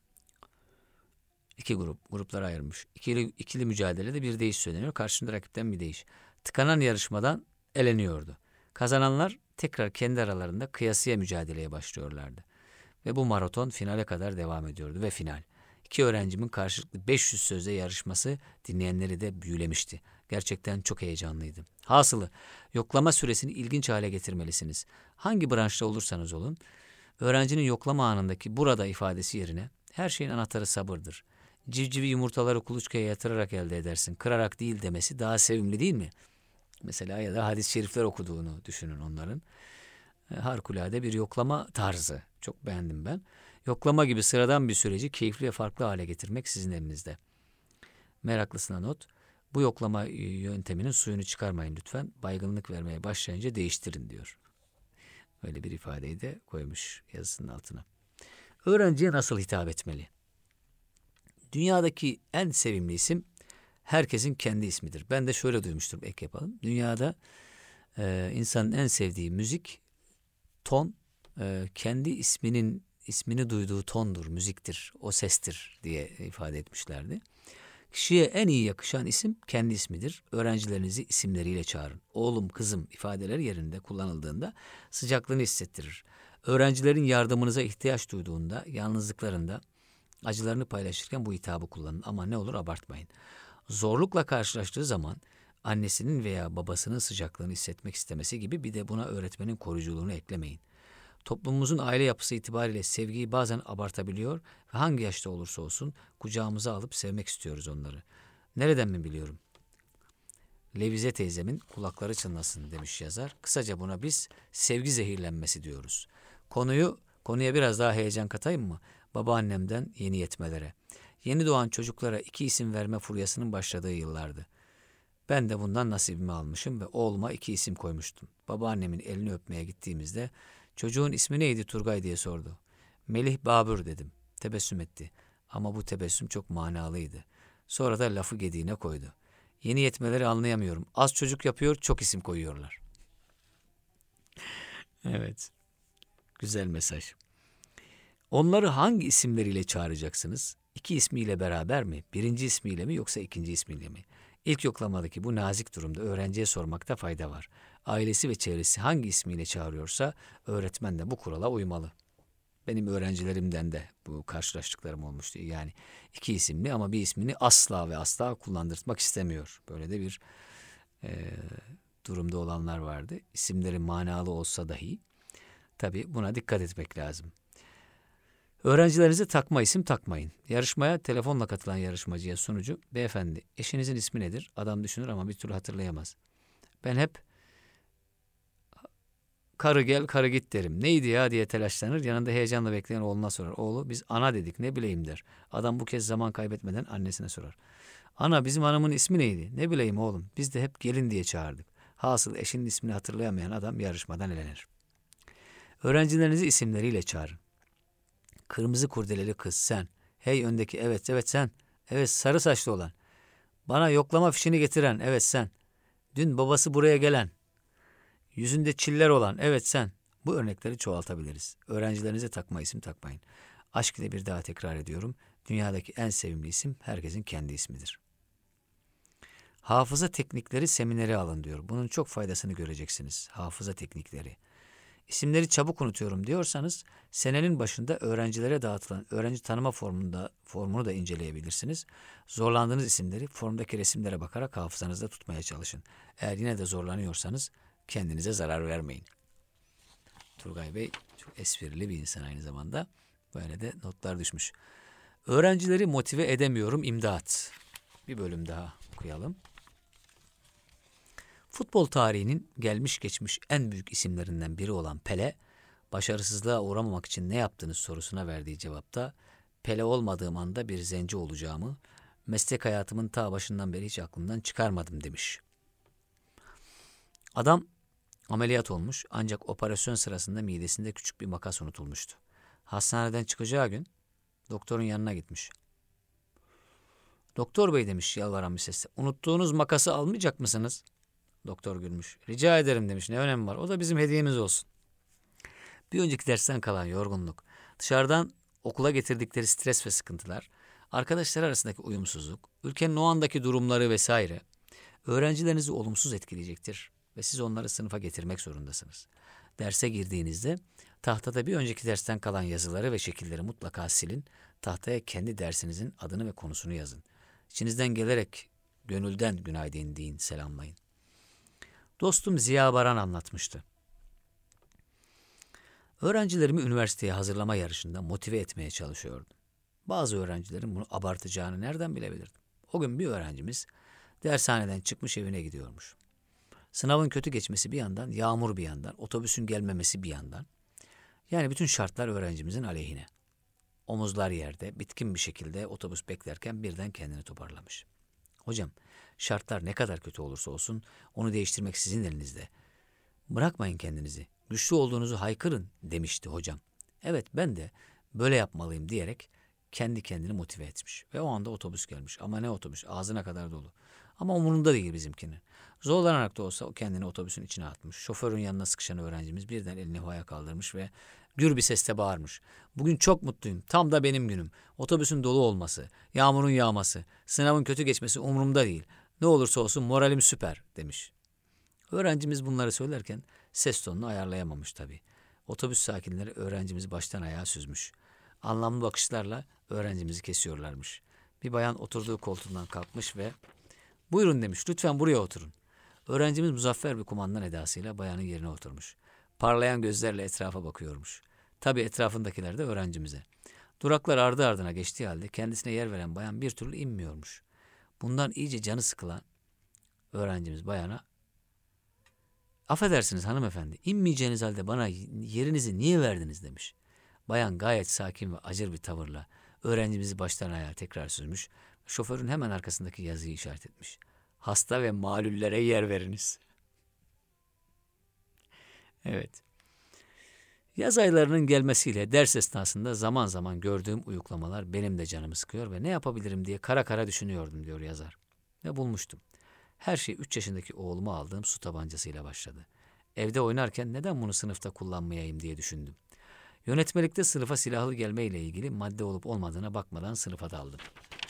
İki grup, gruplara ayırmış. İkili, ikili mücadelede bir deyiş söyleniyor, karşılığında rakipten bir deyiş. Tıkanan yarışmadan eleniyordu. Kazananlar tekrar kendi aralarında kıyasıya mücadeleye başlıyorlardı. Ve bu maraton finale kadar devam ediyordu ve final. İki öğrencimin karşılıklı beş yüz sözle yarışması dinleyenleri de büyülemişti. Gerçekten çok heyecanlıydım. Hasılı, yoklama süresini ilginç hale getirmelisiniz. Hangi branşta olursanız olun, öğrencinin yoklama anındaki burada ifadesi yerine her şeyin anahtarı sabırdır. Civcivi yumurtaları kuluçkaya yatırarak elde edersin, kırarak değil demesi daha sevimli değil mi? Mesela ya da hadis-i şerifler okuduğunu düşünün onların. Harikulade bir yoklama tarzı. Çok beğendim ben. Yoklama gibi sıradan bir süreci keyifli ve farklı hale getirmek sizin elinizde. Meraklısına not. Bu yoklama yönteminin suyunu çıkarmayın lütfen. Baygınlık vermeye başlayınca değiştirin diyor. Öyle bir ifadeyi de koymuş yazısının altına. Öğrenciye nasıl hitap etmeli? Dünyadaki en sevimli isim herkesin kendi ismidir. Ben de şöyle duymuştum, ek yapalım. Dünyada Ee, insanın en sevdiği müzik ton, e, kendi isminin ismini duyduğu tondur, müziktir, o sestir diye ifade etmişlerdi. Kişiye en iyi yakışan isim kendi ismidir. Öğrencilerinizi isimleriyle çağırın. Oğlum, kızım ifadeleri yerinde kullanıldığında sıcaklığını hissettirir. Öğrencilerin yardımınıza ihtiyaç duyduğunda, yalnızlıklarında, acılarını paylaşırken bu hitabı kullanın. Ama ne olur abartmayın. Zorlukla karşılaştığı zaman annesinin veya babasının sıcaklığını hissetmek istemesi gibi bir de buna öğretmenin koruyuculuğunu eklemeyin. Toplumumuzun aile yapısı itibariyle sevgiyi bazen abartabiliyor ve hangi yaşta olursa olsun kucağımıza alıp sevmek istiyoruz onları. Nereden mi biliyorum? Levize teyzemin kulakları çınlasın demiş yazar. Kısaca buna biz sevgi zehirlenmesi diyoruz. Konuyu, konuya biraz daha heyecan katayım mı? Babaannemden yeni yetmelere. Yeni doğan çocuklara iki isim verme furyasının başladığı yıllardı. Ben de bundan nasibimi almışım ve oğluma iki isim koymuştum. Babaannemin elini öpmeye gittiğimizde çocuğun ismi neydi Turgay diye sordu. Melih Babür dedim. Tebessüm etti. Ama bu tebessüm çok manalıydı. Sonra da lafı gediğine koydu. Yeni yetmeleri anlayamıyorum. Az çocuk yapıyor, çok isim koyuyorlar. Evet. Güzel mesaj. Onları hangi isimleriyle çağıracaksınız? İki ismiyle beraber mi? Birinci ismiyle mi yoksa ikinci ismiyle mi? İlk yoklamadaki bu nazik durumda öğrenciye sormakta fayda var. Ailesi ve çevresi hangi ismiyle çağırıyorsa öğretmen de bu kurala uymalı. Benim öğrencilerimden de bu karşılaştıklarım olmuştu. Yani iki isimli ama bir ismini asla ve asla kullandırtmak istemiyor. Böyle de bir e, durumda olanlar vardı. İsimleri manalı olsa dahi tabii buna dikkat etmek lazım. Öğrencilerinize takma isim takmayın. Yarışmaya telefonla katılan yarışmacıya sunucu, beyefendi eşinizin ismi nedir? Adam düşünür ama bir türlü hatırlayamaz. Ben hep karı gel karı git derim. Neydi ya diye telaşlanır. Yanında heyecanla bekleyen oğluna sorar. Oğlu biz ana dedik ne bileyim der. Adam bu kez zaman kaybetmeden annesine sorar. Ana bizim hanımın ismi neydi? Ne bileyim oğlum biz de hep gelin diye çağırdık. Hasıl eşinin ismini hatırlayamayan adam yarışmadan elenir. Öğrencilerinizi isimleriyle çağırın. Kırmızı kurdeleli kız sen. Hey öndeki evet evet sen. Evet sarı saçlı olan. Bana yoklama fişini getiren evet sen. Dün babası buraya gelen. Yüzünde çiller olan evet sen. Bu örnekleri çoğaltabiliriz. Öğrencilerinize takma isim takmayın. Aşk ile bir daha tekrar ediyorum. Dünyadaki en sevimli isim herkesin kendi ismidir. Hafıza teknikleri semineri alın diyor. Bunun çok faydasını göreceksiniz. Hafıza teknikleri. İsimleri çabuk unutuyorum diyorsanız senenin başında öğrencilere dağıtılan öğrenci tanıma formunda, formunu da inceleyebilirsiniz. Zorlandığınız isimleri formdaki resimlere bakarak hafızanızda tutmaya çalışın. Eğer yine de zorlanıyorsanız kendinize zarar vermeyin. Turgay Bey çok esprili bir insan aynı zamanda. Böyle de notlar düşmüş. Öğrencileri motive edemiyorum imdat. Bir bölüm daha okuyalım. Futbol tarihinin gelmiş geçmiş en büyük isimlerinden biri olan Pele, başarısızlığa uğramamak için ne yaptınız sorusuna verdiği cevapta, Pele olmadığım anda bir zenci olacağımı, meslek hayatımın ta başından beri hiç aklımdan çıkarmadım demiş. Adam ameliyat olmuş ancak operasyon sırasında midesinde küçük bir makas unutulmuştu. Hastaneden çıkacağı gün doktorun yanına gitmiş. Doktor bey demiş yalvaran bir sesle, unuttuğunuz makası almayacak mısınız? Doktor gülmüş. Rica ederim demiş. Ne önemi var? O da bizim hediyemiz olsun. Bir önceki dersten kalan yorgunluk, dışarıdan okula getirdikleri stres ve sıkıntılar, arkadaşlar arasındaki uyumsuzluk, ülkenin o andaki durumları vesaire öğrencilerinizi olumsuz etkileyecektir ve siz onları sınıfa getirmek zorundasınız. Derse girdiğinizde tahtada bir önceki dersten kalan yazıları ve şekilleri mutlaka silin. Tahtaya kendi dersinizin adını ve konusunu yazın. İçinizden gelerek gönülden günaydın deyin, selamlayın. Dostum Ziya Baran anlatmıştı. Öğrencilerimi üniversiteye hazırlama yarışında motive etmeye çalışıyordum. Bazı öğrencilerin bunu abartacağını nereden bilebilirdim? O gün bir öğrencimiz dershaneden çıkmış evine gidiyormuş. Sınavın kötü geçmesi bir yandan, yağmur bir yandan, otobüsün gelmemesi bir yandan. Yani bütün şartlar öğrencimizin aleyhine. Omuzlar yerde, bitkin bir şekilde otobüs beklerken birden kendini toparlamış. Hocam, şartlar ne kadar kötü olursa olsun onu değiştirmek sizin elinizde. Bırakmayın kendinizi, güçlü olduğunuzu haykırın demişti hocam. Evet ben de böyle yapmalıyım diyerek kendi kendini motive etmiş. Ve o anda otobüs gelmiş. Ama ne otobüs? Ağzına kadar dolu. Ama umurunda değil bizimkinin. Zorlanarak da olsa o kendini otobüsün içine atmış. Şoförün yanına sıkışan öğrencimiz birden elini havaya kaldırmış ve gür bir sesle bağırmış. Bugün çok mutluyum. Tam da benim günüm. Otobüsün dolu olması, yağmurun yağması, sınavın kötü geçmesi umurumda değil. Ne olursa olsun moralim süper demiş. Öğrencimiz bunları söylerken ses tonunu ayarlayamamış tabii. Otobüs sakinleri öğrencimizi baştan ayağa süzmüş. Anlamlı bakışlarla öğrencimizi kesiyorlarmış. Bir bayan oturduğu koltuğundan kalkmış ve buyurun demiş, lütfen buraya oturun. Öğrencimiz muzaffer bir kumandan edasıyla bayanın yerine oturmuş. Parlayan gözlerle etrafa bakıyormuş. Tabii etrafındakiler de öğrencimize. Duraklar ardı ardına geçtiği halde kendisine yer veren bayan bir türlü inmiyormuş. Bundan iyice canı sıkılan öğrencimiz bayana, affedersiniz hanımefendi, inmeyeceğiniz halde bana yerinizi niye verdiniz demiş. Bayan gayet sakin ve acır bir tavırla öğrencimizi baştan ayağa tekrar süzmüş. Şoförün hemen arkasındaki yazıyı işaret etmiş. Hasta ve malüllere yer veriniz. Evet. Yaz aylarının gelmesiyle ders esnasında zaman zaman gördüğüm uyuklamalar benim de canımı sıkıyor ve ne yapabilirim diye kara kara düşünüyordum diyor yazar. Ve bulmuştum. Her şey üç yaşındaki oğluma aldığım su tabancasıyla başladı. Evde oynarken neden bunu sınıfta kullanmayayım diye düşündüm. Yönetmelikte sınıfa silahlı gelmeyle ilgili madde olup olmadığına bakmadan sınıfa daldım.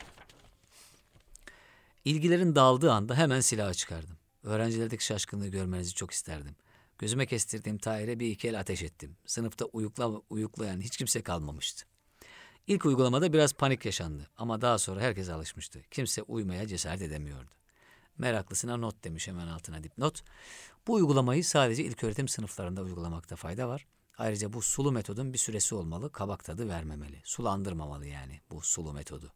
İlgilerin dağıldığı anda hemen silahı çıkardım. Öğrencilerdeki şaşkınlığı görmenizi çok isterdim. Gözüme kestirdiğim Tahir'e bir iki el ateş ettim. Sınıfta uyukla, uyuklayan hiç kimse kalmamıştı. İlk uygulamada biraz panik yaşandı ama daha sonra herkes alışmıştı. Kimse uyumaya cesaret edemiyordu. Meraklısına not demiş hemen altına dipnot. Bu uygulamayı sadece ilköğretim sınıflarında uygulamakta fayda var. Ayrıca bu sulu metodun bir süresi olmalı, kabak tadı vermemeli. Sulandırmamalı yani bu sulu metodu.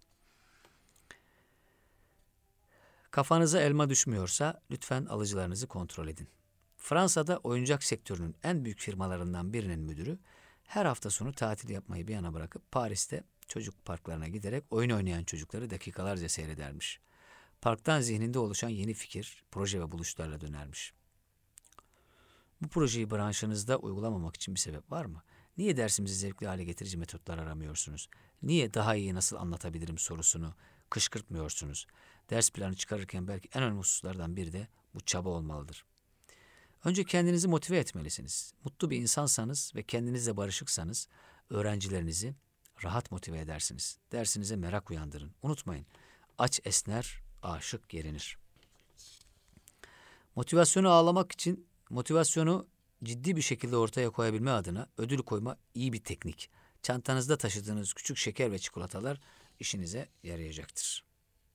Kafanıza elma düşmüyorsa lütfen alıcılarınızı kontrol edin. Fransa'da oyuncak sektörünün en büyük firmalarından birinin müdürü her hafta sonu tatil yapmayı bir yana bırakıp Paris'te çocuk parklarına giderek oyun oynayan çocukları dakikalarca seyredermiş. Parktan zihninde oluşan yeni fikir, proje ve buluşlarla dönermiş. Bu projeyi branşınızda uygulamamak için bir sebep var mı? Niye dersimizi zevkli hale getirici metotlar aramıyorsunuz? Niye daha iyi nasıl anlatabilirim sorusunu kışkırtmıyorsunuz? Ders planı çıkarırken belki en önemli hususlardan biri de bu çaba olmalıdır. Önce kendinizi motive etmelisiniz. Mutlu bir insansanız ve kendinizle barışıksanız öğrencilerinizi rahat motive edersiniz. Dersinize merak uyandırın. Unutmayın, aç esner, aşık gerinir. Motivasyonu ağlamak için, motivasyonu ciddi bir şekilde ortaya koyabilme adına ödül koyma iyi bir teknik. Çantanızda taşıdığınız küçük şeker ve çikolatalar işinize yarayacaktır.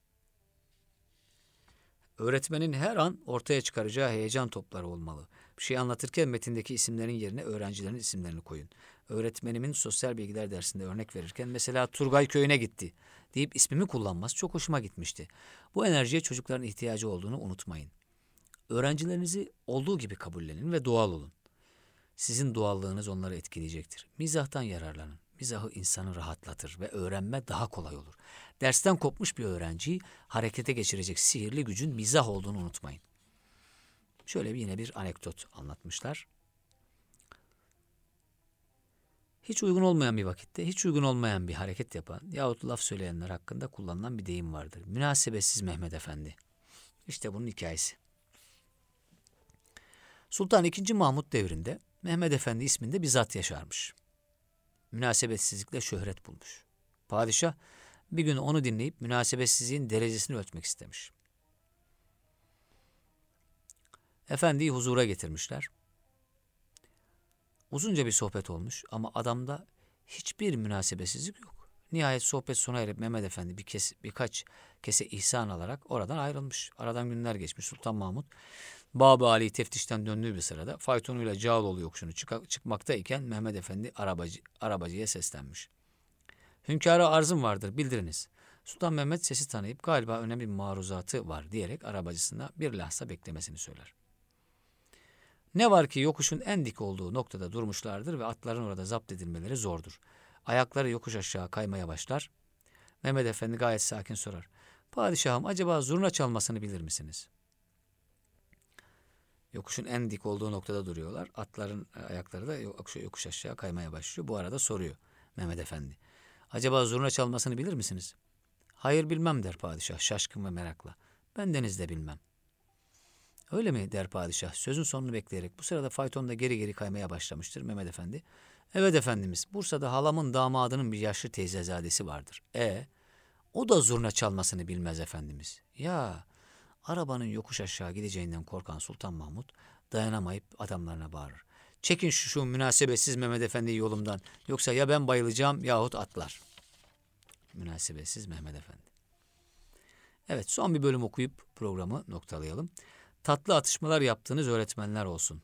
Öğretmenin her an ortaya çıkaracağı heyecan topları olmalı. Bir şey anlatırken metindeki isimlerin yerine öğrencilerin isimlerini koyun. Öğretmenimin sosyal bilgiler dersinde örnek verirken mesela Turgay köyüne gitti deyip ismimi kullanması çok hoşuma gitmişti. Bu enerjiye çocukların ihtiyacı olduğunu unutmayın. Öğrencilerinizi olduğu gibi kabullenin ve doğal olun. Sizin doğallığınız onları etkileyecektir. Mizahtan yararlanın. Mizahı insanı rahatlatır ve öğrenme daha kolay olur. Dersten kopmuş bir öğrenciyi harekete geçirecek sihirli gücün mizah olduğunu unutmayın. Şöyle bir yine bir anekdot anlatmışlar. Hiç uygun olmayan bir vakitte, hiç uygun olmayan bir hareket yapan yahut laf söyleyenler hakkında kullanılan bir deyim vardır. Münasebetsiz Mehmet Efendi. İşte bunun hikayesi. Sultan ikinci. Mahmut devrinde Mehmet Efendi isminde bir zat yaşarmış. Münasebetsizlikle şöhret bulmuş. Padişah bir gün onu dinleyip münasebetsizliğin derecesini ölçmek istemiş. Efendiyi huzura getirmişler. Uzunca bir sohbet olmuş ama adamda hiçbir münasebetsizlik yok. Nihayet sohbet sona erip Mehmet Efendi bir kes, birkaç kese ihsan alarak oradan ayrılmış. Aradan günler geçmiş. Sultan Mahmut Bab-ı Ali teftişten döndüğü bir sırada faytonuyla Cağaloğlu yokuşunu çık- çıkmaktayken Mehmet Efendi arabacı, arabacıya seslenmiş. Hünkâra arzım vardır bildiriniz. Sultan Mehmet sesi tanıyıp galiba önemli bir maruzatı var diyerek arabacısına bir lahza beklemesini söyler. Ne var ki yokuşun en dik olduğu noktada durmuşlardır ve atların orada zapt edilmeleri zordur. Ayakları yokuş aşağı kaymaya başlar. Mehmet Efendi gayet sakin sorar. Padişahım acaba zurna çalmasını bilir misiniz? Yokuşun en dik olduğu noktada duruyorlar. Atların ayakları da yokuş aşağı kaymaya başlıyor. Bu arada soruyor Mehmet Efendi. Acaba zurna çalmasını bilir misiniz? Hayır bilmem der padişah şaşkın ve merakla. bendeniz de bilmem. Öyle mi der padişah sözün sonunu bekleyerek. Bu sırada faytonda geri geri kaymaya başlamıştır Mehmet Efendi. Evet efendimiz, Bursa'da halamın damadının bir yaşlı teyzezadesi vardır. E o da zurna çalmasını bilmez efendimiz. Ya arabanın yokuş aşağı gideceğinden korkan Sultan Mahmut dayanamayıp adamlarına bağırır. Çekin şu, şu münasebetsiz Mehmet Efendi'yi yolumdan, yoksa ya ben bayılacağım yahut atlar. Münasebetsiz Mehmet Efendi. Evet, son bir bölüm okuyup programı noktalayalım. Tatlı atışmalar yaptığınız öğretmenler olsun.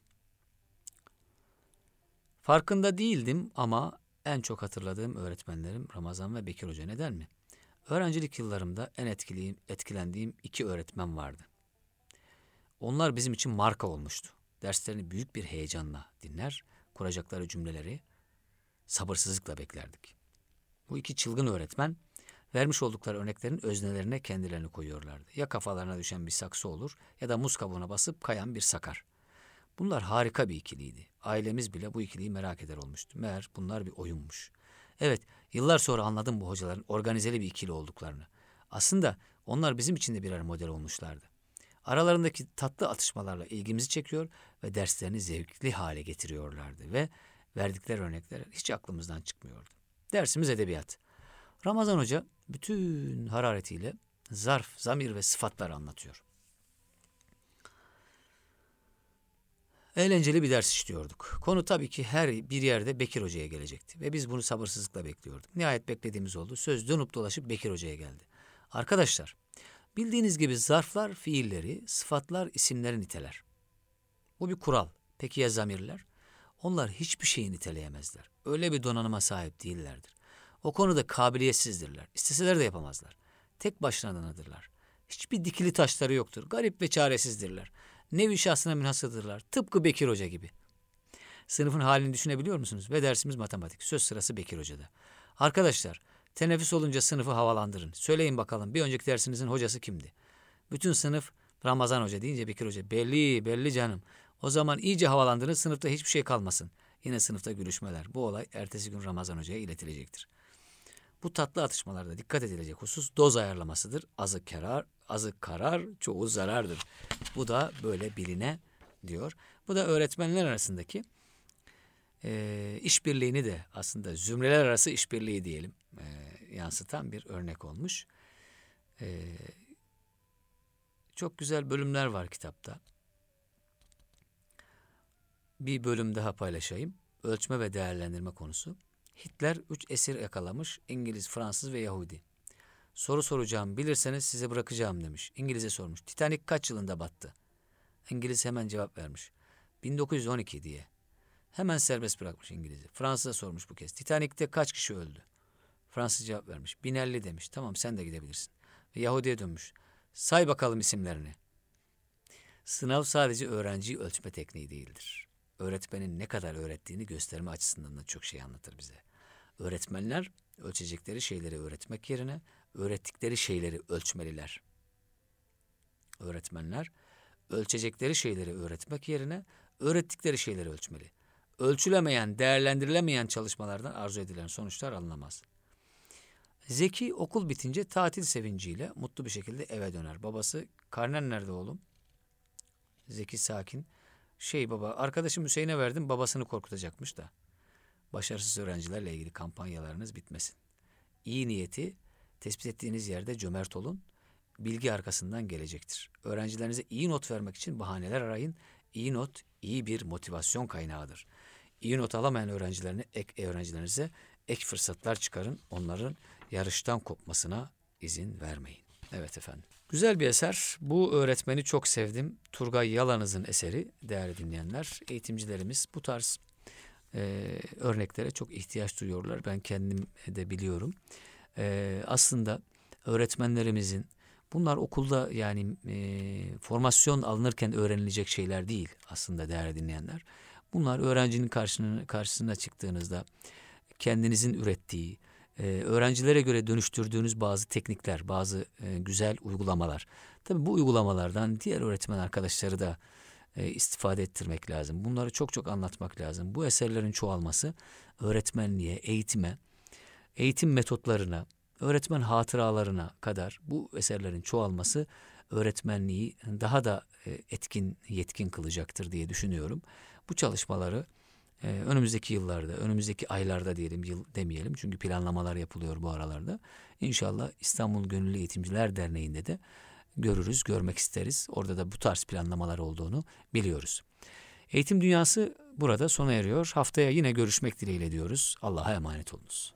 Farkında değildim ama en çok hatırladığım öğretmenlerim Ramazan ve Bekir Hoca. Neden mi? Öğrencilik yıllarımda en etkiliyim, etkilendiğim iki öğretmen vardı. Onlar bizim için marka olmuştu. Derslerini büyük bir heyecanla dinler, kuracakları cümleleri sabırsızlıkla beklerdik. Bu iki çılgın öğretmen vermiş oldukları örneklerin öznelerine kendilerini koyuyorlardı. Ya kafalarına düşen bir saksı olur ya da muz kabuğuna basıp kayan bir sakar. Bunlar harika bir ikiliydi. Ailemiz bile bu ikiliyi merak eder olmuştu. Meğer bunlar bir oyunmuş. Evet, yıllar sonra anladım bu hocaların organizeli bir ikili olduklarını. Aslında onlar bizim için de birer model olmuşlardı. Aralarındaki tatlı atışmalarla ilgimizi çekiyor ve derslerini zevkli hale getiriyorlardı ve verdikleri örnekler hiç aklımızdan çıkmıyordu. Dersimiz edebiyat. Ramazan Hoca bütün hararetiyle zarf, zamir ve sıfatlar anlatıyor. Eğlenceli bir ders işliyorduk. Konu tabii ki her bir yerde Bekir Hoca'ya gelecekti ve biz bunu sabırsızlıkla bekliyorduk. Nihayet beklediğimiz oldu. Söz dönüp dolaşıp Bekir Hoca'ya geldi. Arkadaşlar, bildiğiniz gibi zarflar fiilleri, sıfatlar isimleri niteler. Bu bir kural. Peki ya zamirler? Onlar hiçbir şeyi niteleyemezler. Öyle bir donanıma sahip değillerdir. O konuda kabiliyetsizdirler. İsteseler de yapamazlar. Tek başına danadırlar. Hiçbir dikili taşları yoktur. Garip ve çaresizdirler. Nevi şahsına münhasırdırlar. Tıpkı Bekir Hoca gibi. Sınıfın halini düşünebiliyor musunuz? Ve dersimiz matematik. Söz sırası Bekir Hoca'da. Arkadaşlar, teneffüs olunca sınıfı havalandırın. Söyleyin bakalım bir önceki dersinizin hocası kimdi? Bütün sınıf Ramazan Hoca deyince Bekir Hoca belli belli canım. O zaman iyice havalandırın, sınıfta hiçbir şey kalmasın. Yine sınıfta gülüşmeler. Bu olay ertesi gün Ramazan Hoca'ya iletilecektir. Bu tatlı atışmalarda dikkat edilecek husus doz ayarlamasıdır. Azı karar, azı karar, çoğu zarardır. Bu da böyle biline diyor. Bu da öğretmenler arasındaki e, işbirliğini de aslında zümreler arası işbirliği diyelim e, yansıtan bir örnek olmuş. E, çok güzel bölümler var kitapta. Bir bölüm daha paylaşayım. Ölçme ve değerlendirme konusu. Hitler üç esir yakalamış, İngiliz, Fransız ve Yahudi. Soru soracağım, bilirseniz size bırakacağım demiş. İngiliz'e sormuş. Titanic kaç yılında battı? İngiliz hemen cevap vermiş. bin dokuz yüz on iki diye. Hemen serbest bırakmış İngiliz'i. Fransız'a sormuş bu kez. Titanic'te kaç kişi öldü? Fransız cevap vermiş. bin elli demiş. Tamam sen de gidebilirsin. Ve Yahudi'ye dönmüş. Say bakalım isimlerini. Sınav sadece öğrenciyi ölçme tekniği değildir. Öğretmenin ne kadar öğrettiğini gösterme açısından da çok şey anlatır bize. Öğretmenler ölçecekleri şeyleri öğretmek yerine öğrettikleri şeyleri ölçmeliler. Öğretmenler ölçecekleri şeyleri öğretmek yerine öğrettikleri şeyleri ölçmeli. Ölçülemeyen, değerlendirilemeyen çalışmalardan arzu edilen sonuçlar alınamaz. Zeki okul bitince tatil sevinciyle mutlu bir şekilde eve döner. Babası, karnen nerede oğlum? Zeki sakin. Şey baba, arkadaşım Hüseyin'e verdim, babasını korkutacakmış da. Başarısız öğrencilerle ilgili kampanyalarınız bitmesin. İyi niyeti tespit ettiğiniz yerde cömert olun. Bilgi arkasından gelecektir. Öğrencilerinize iyi not vermek için bahaneler arayın. İyi not iyi bir motivasyon kaynağıdır. İyi not alamayan öğrencilerine, ek öğrencilerinize ek fırsatlar çıkarın. Onların yarıştan kopmasına izin vermeyin. Evet efendim. Güzel bir eser. Bu öğretmeni çok sevdim. Turgay Yalanız'ın eseri değerli dinleyenler. Eğitimcilerimiz bu tarz e, örneklere çok ihtiyaç duyuyorlar. Ben kendim de biliyorum. E, aslında öğretmenlerimizin bunlar okulda yani e, formasyon alınırken öğrenilecek şeyler değil aslında değerli dinleyenler. Bunlar öğrencinin karşısına, karşısına çıktığınızda kendinizin ürettiği, Ee, öğrencilere göre dönüştürdüğünüz bazı teknikler, bazı e, güzel uygulamalar. Tabii bu uygulamalardan diğer öğretmen arkadaşları da e, istifade ettirmek lazım. Bunları çok çok anlatmak lazım. Bu eserlerin çoğalması öğretmenliğe, eğitime, eğitim metotlarına, öğretmen hatıralarına kadar bu eserlerin çoğalması öğretmenliği daha da e, etkin, yetkin kılacaktır diye düşünüyorum. Bu çalışmaları e, önümüzdeki yıllarda, önümüzdeki aylarda diyelim, yıl demeyelim çünkü planlamalar yapılıyor bu aralarda. İnşallah İstanbul Gönüllü Eğitimciler Derneği'nde de görürüz, görmek isteriz. Orada da bu tarz planlamalar olduğunu biliyoruz. Eğitim Dünyası burada sona eriyor. Haftaya yine görüşmek dileğiyle diyoruz. Allah'a emanet olunuz.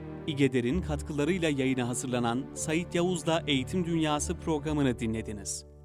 İGEDER'in katkılarıyla yayına hazırlanan Sait Yavuz'la Eğitim Dünyası programını dinlediniz.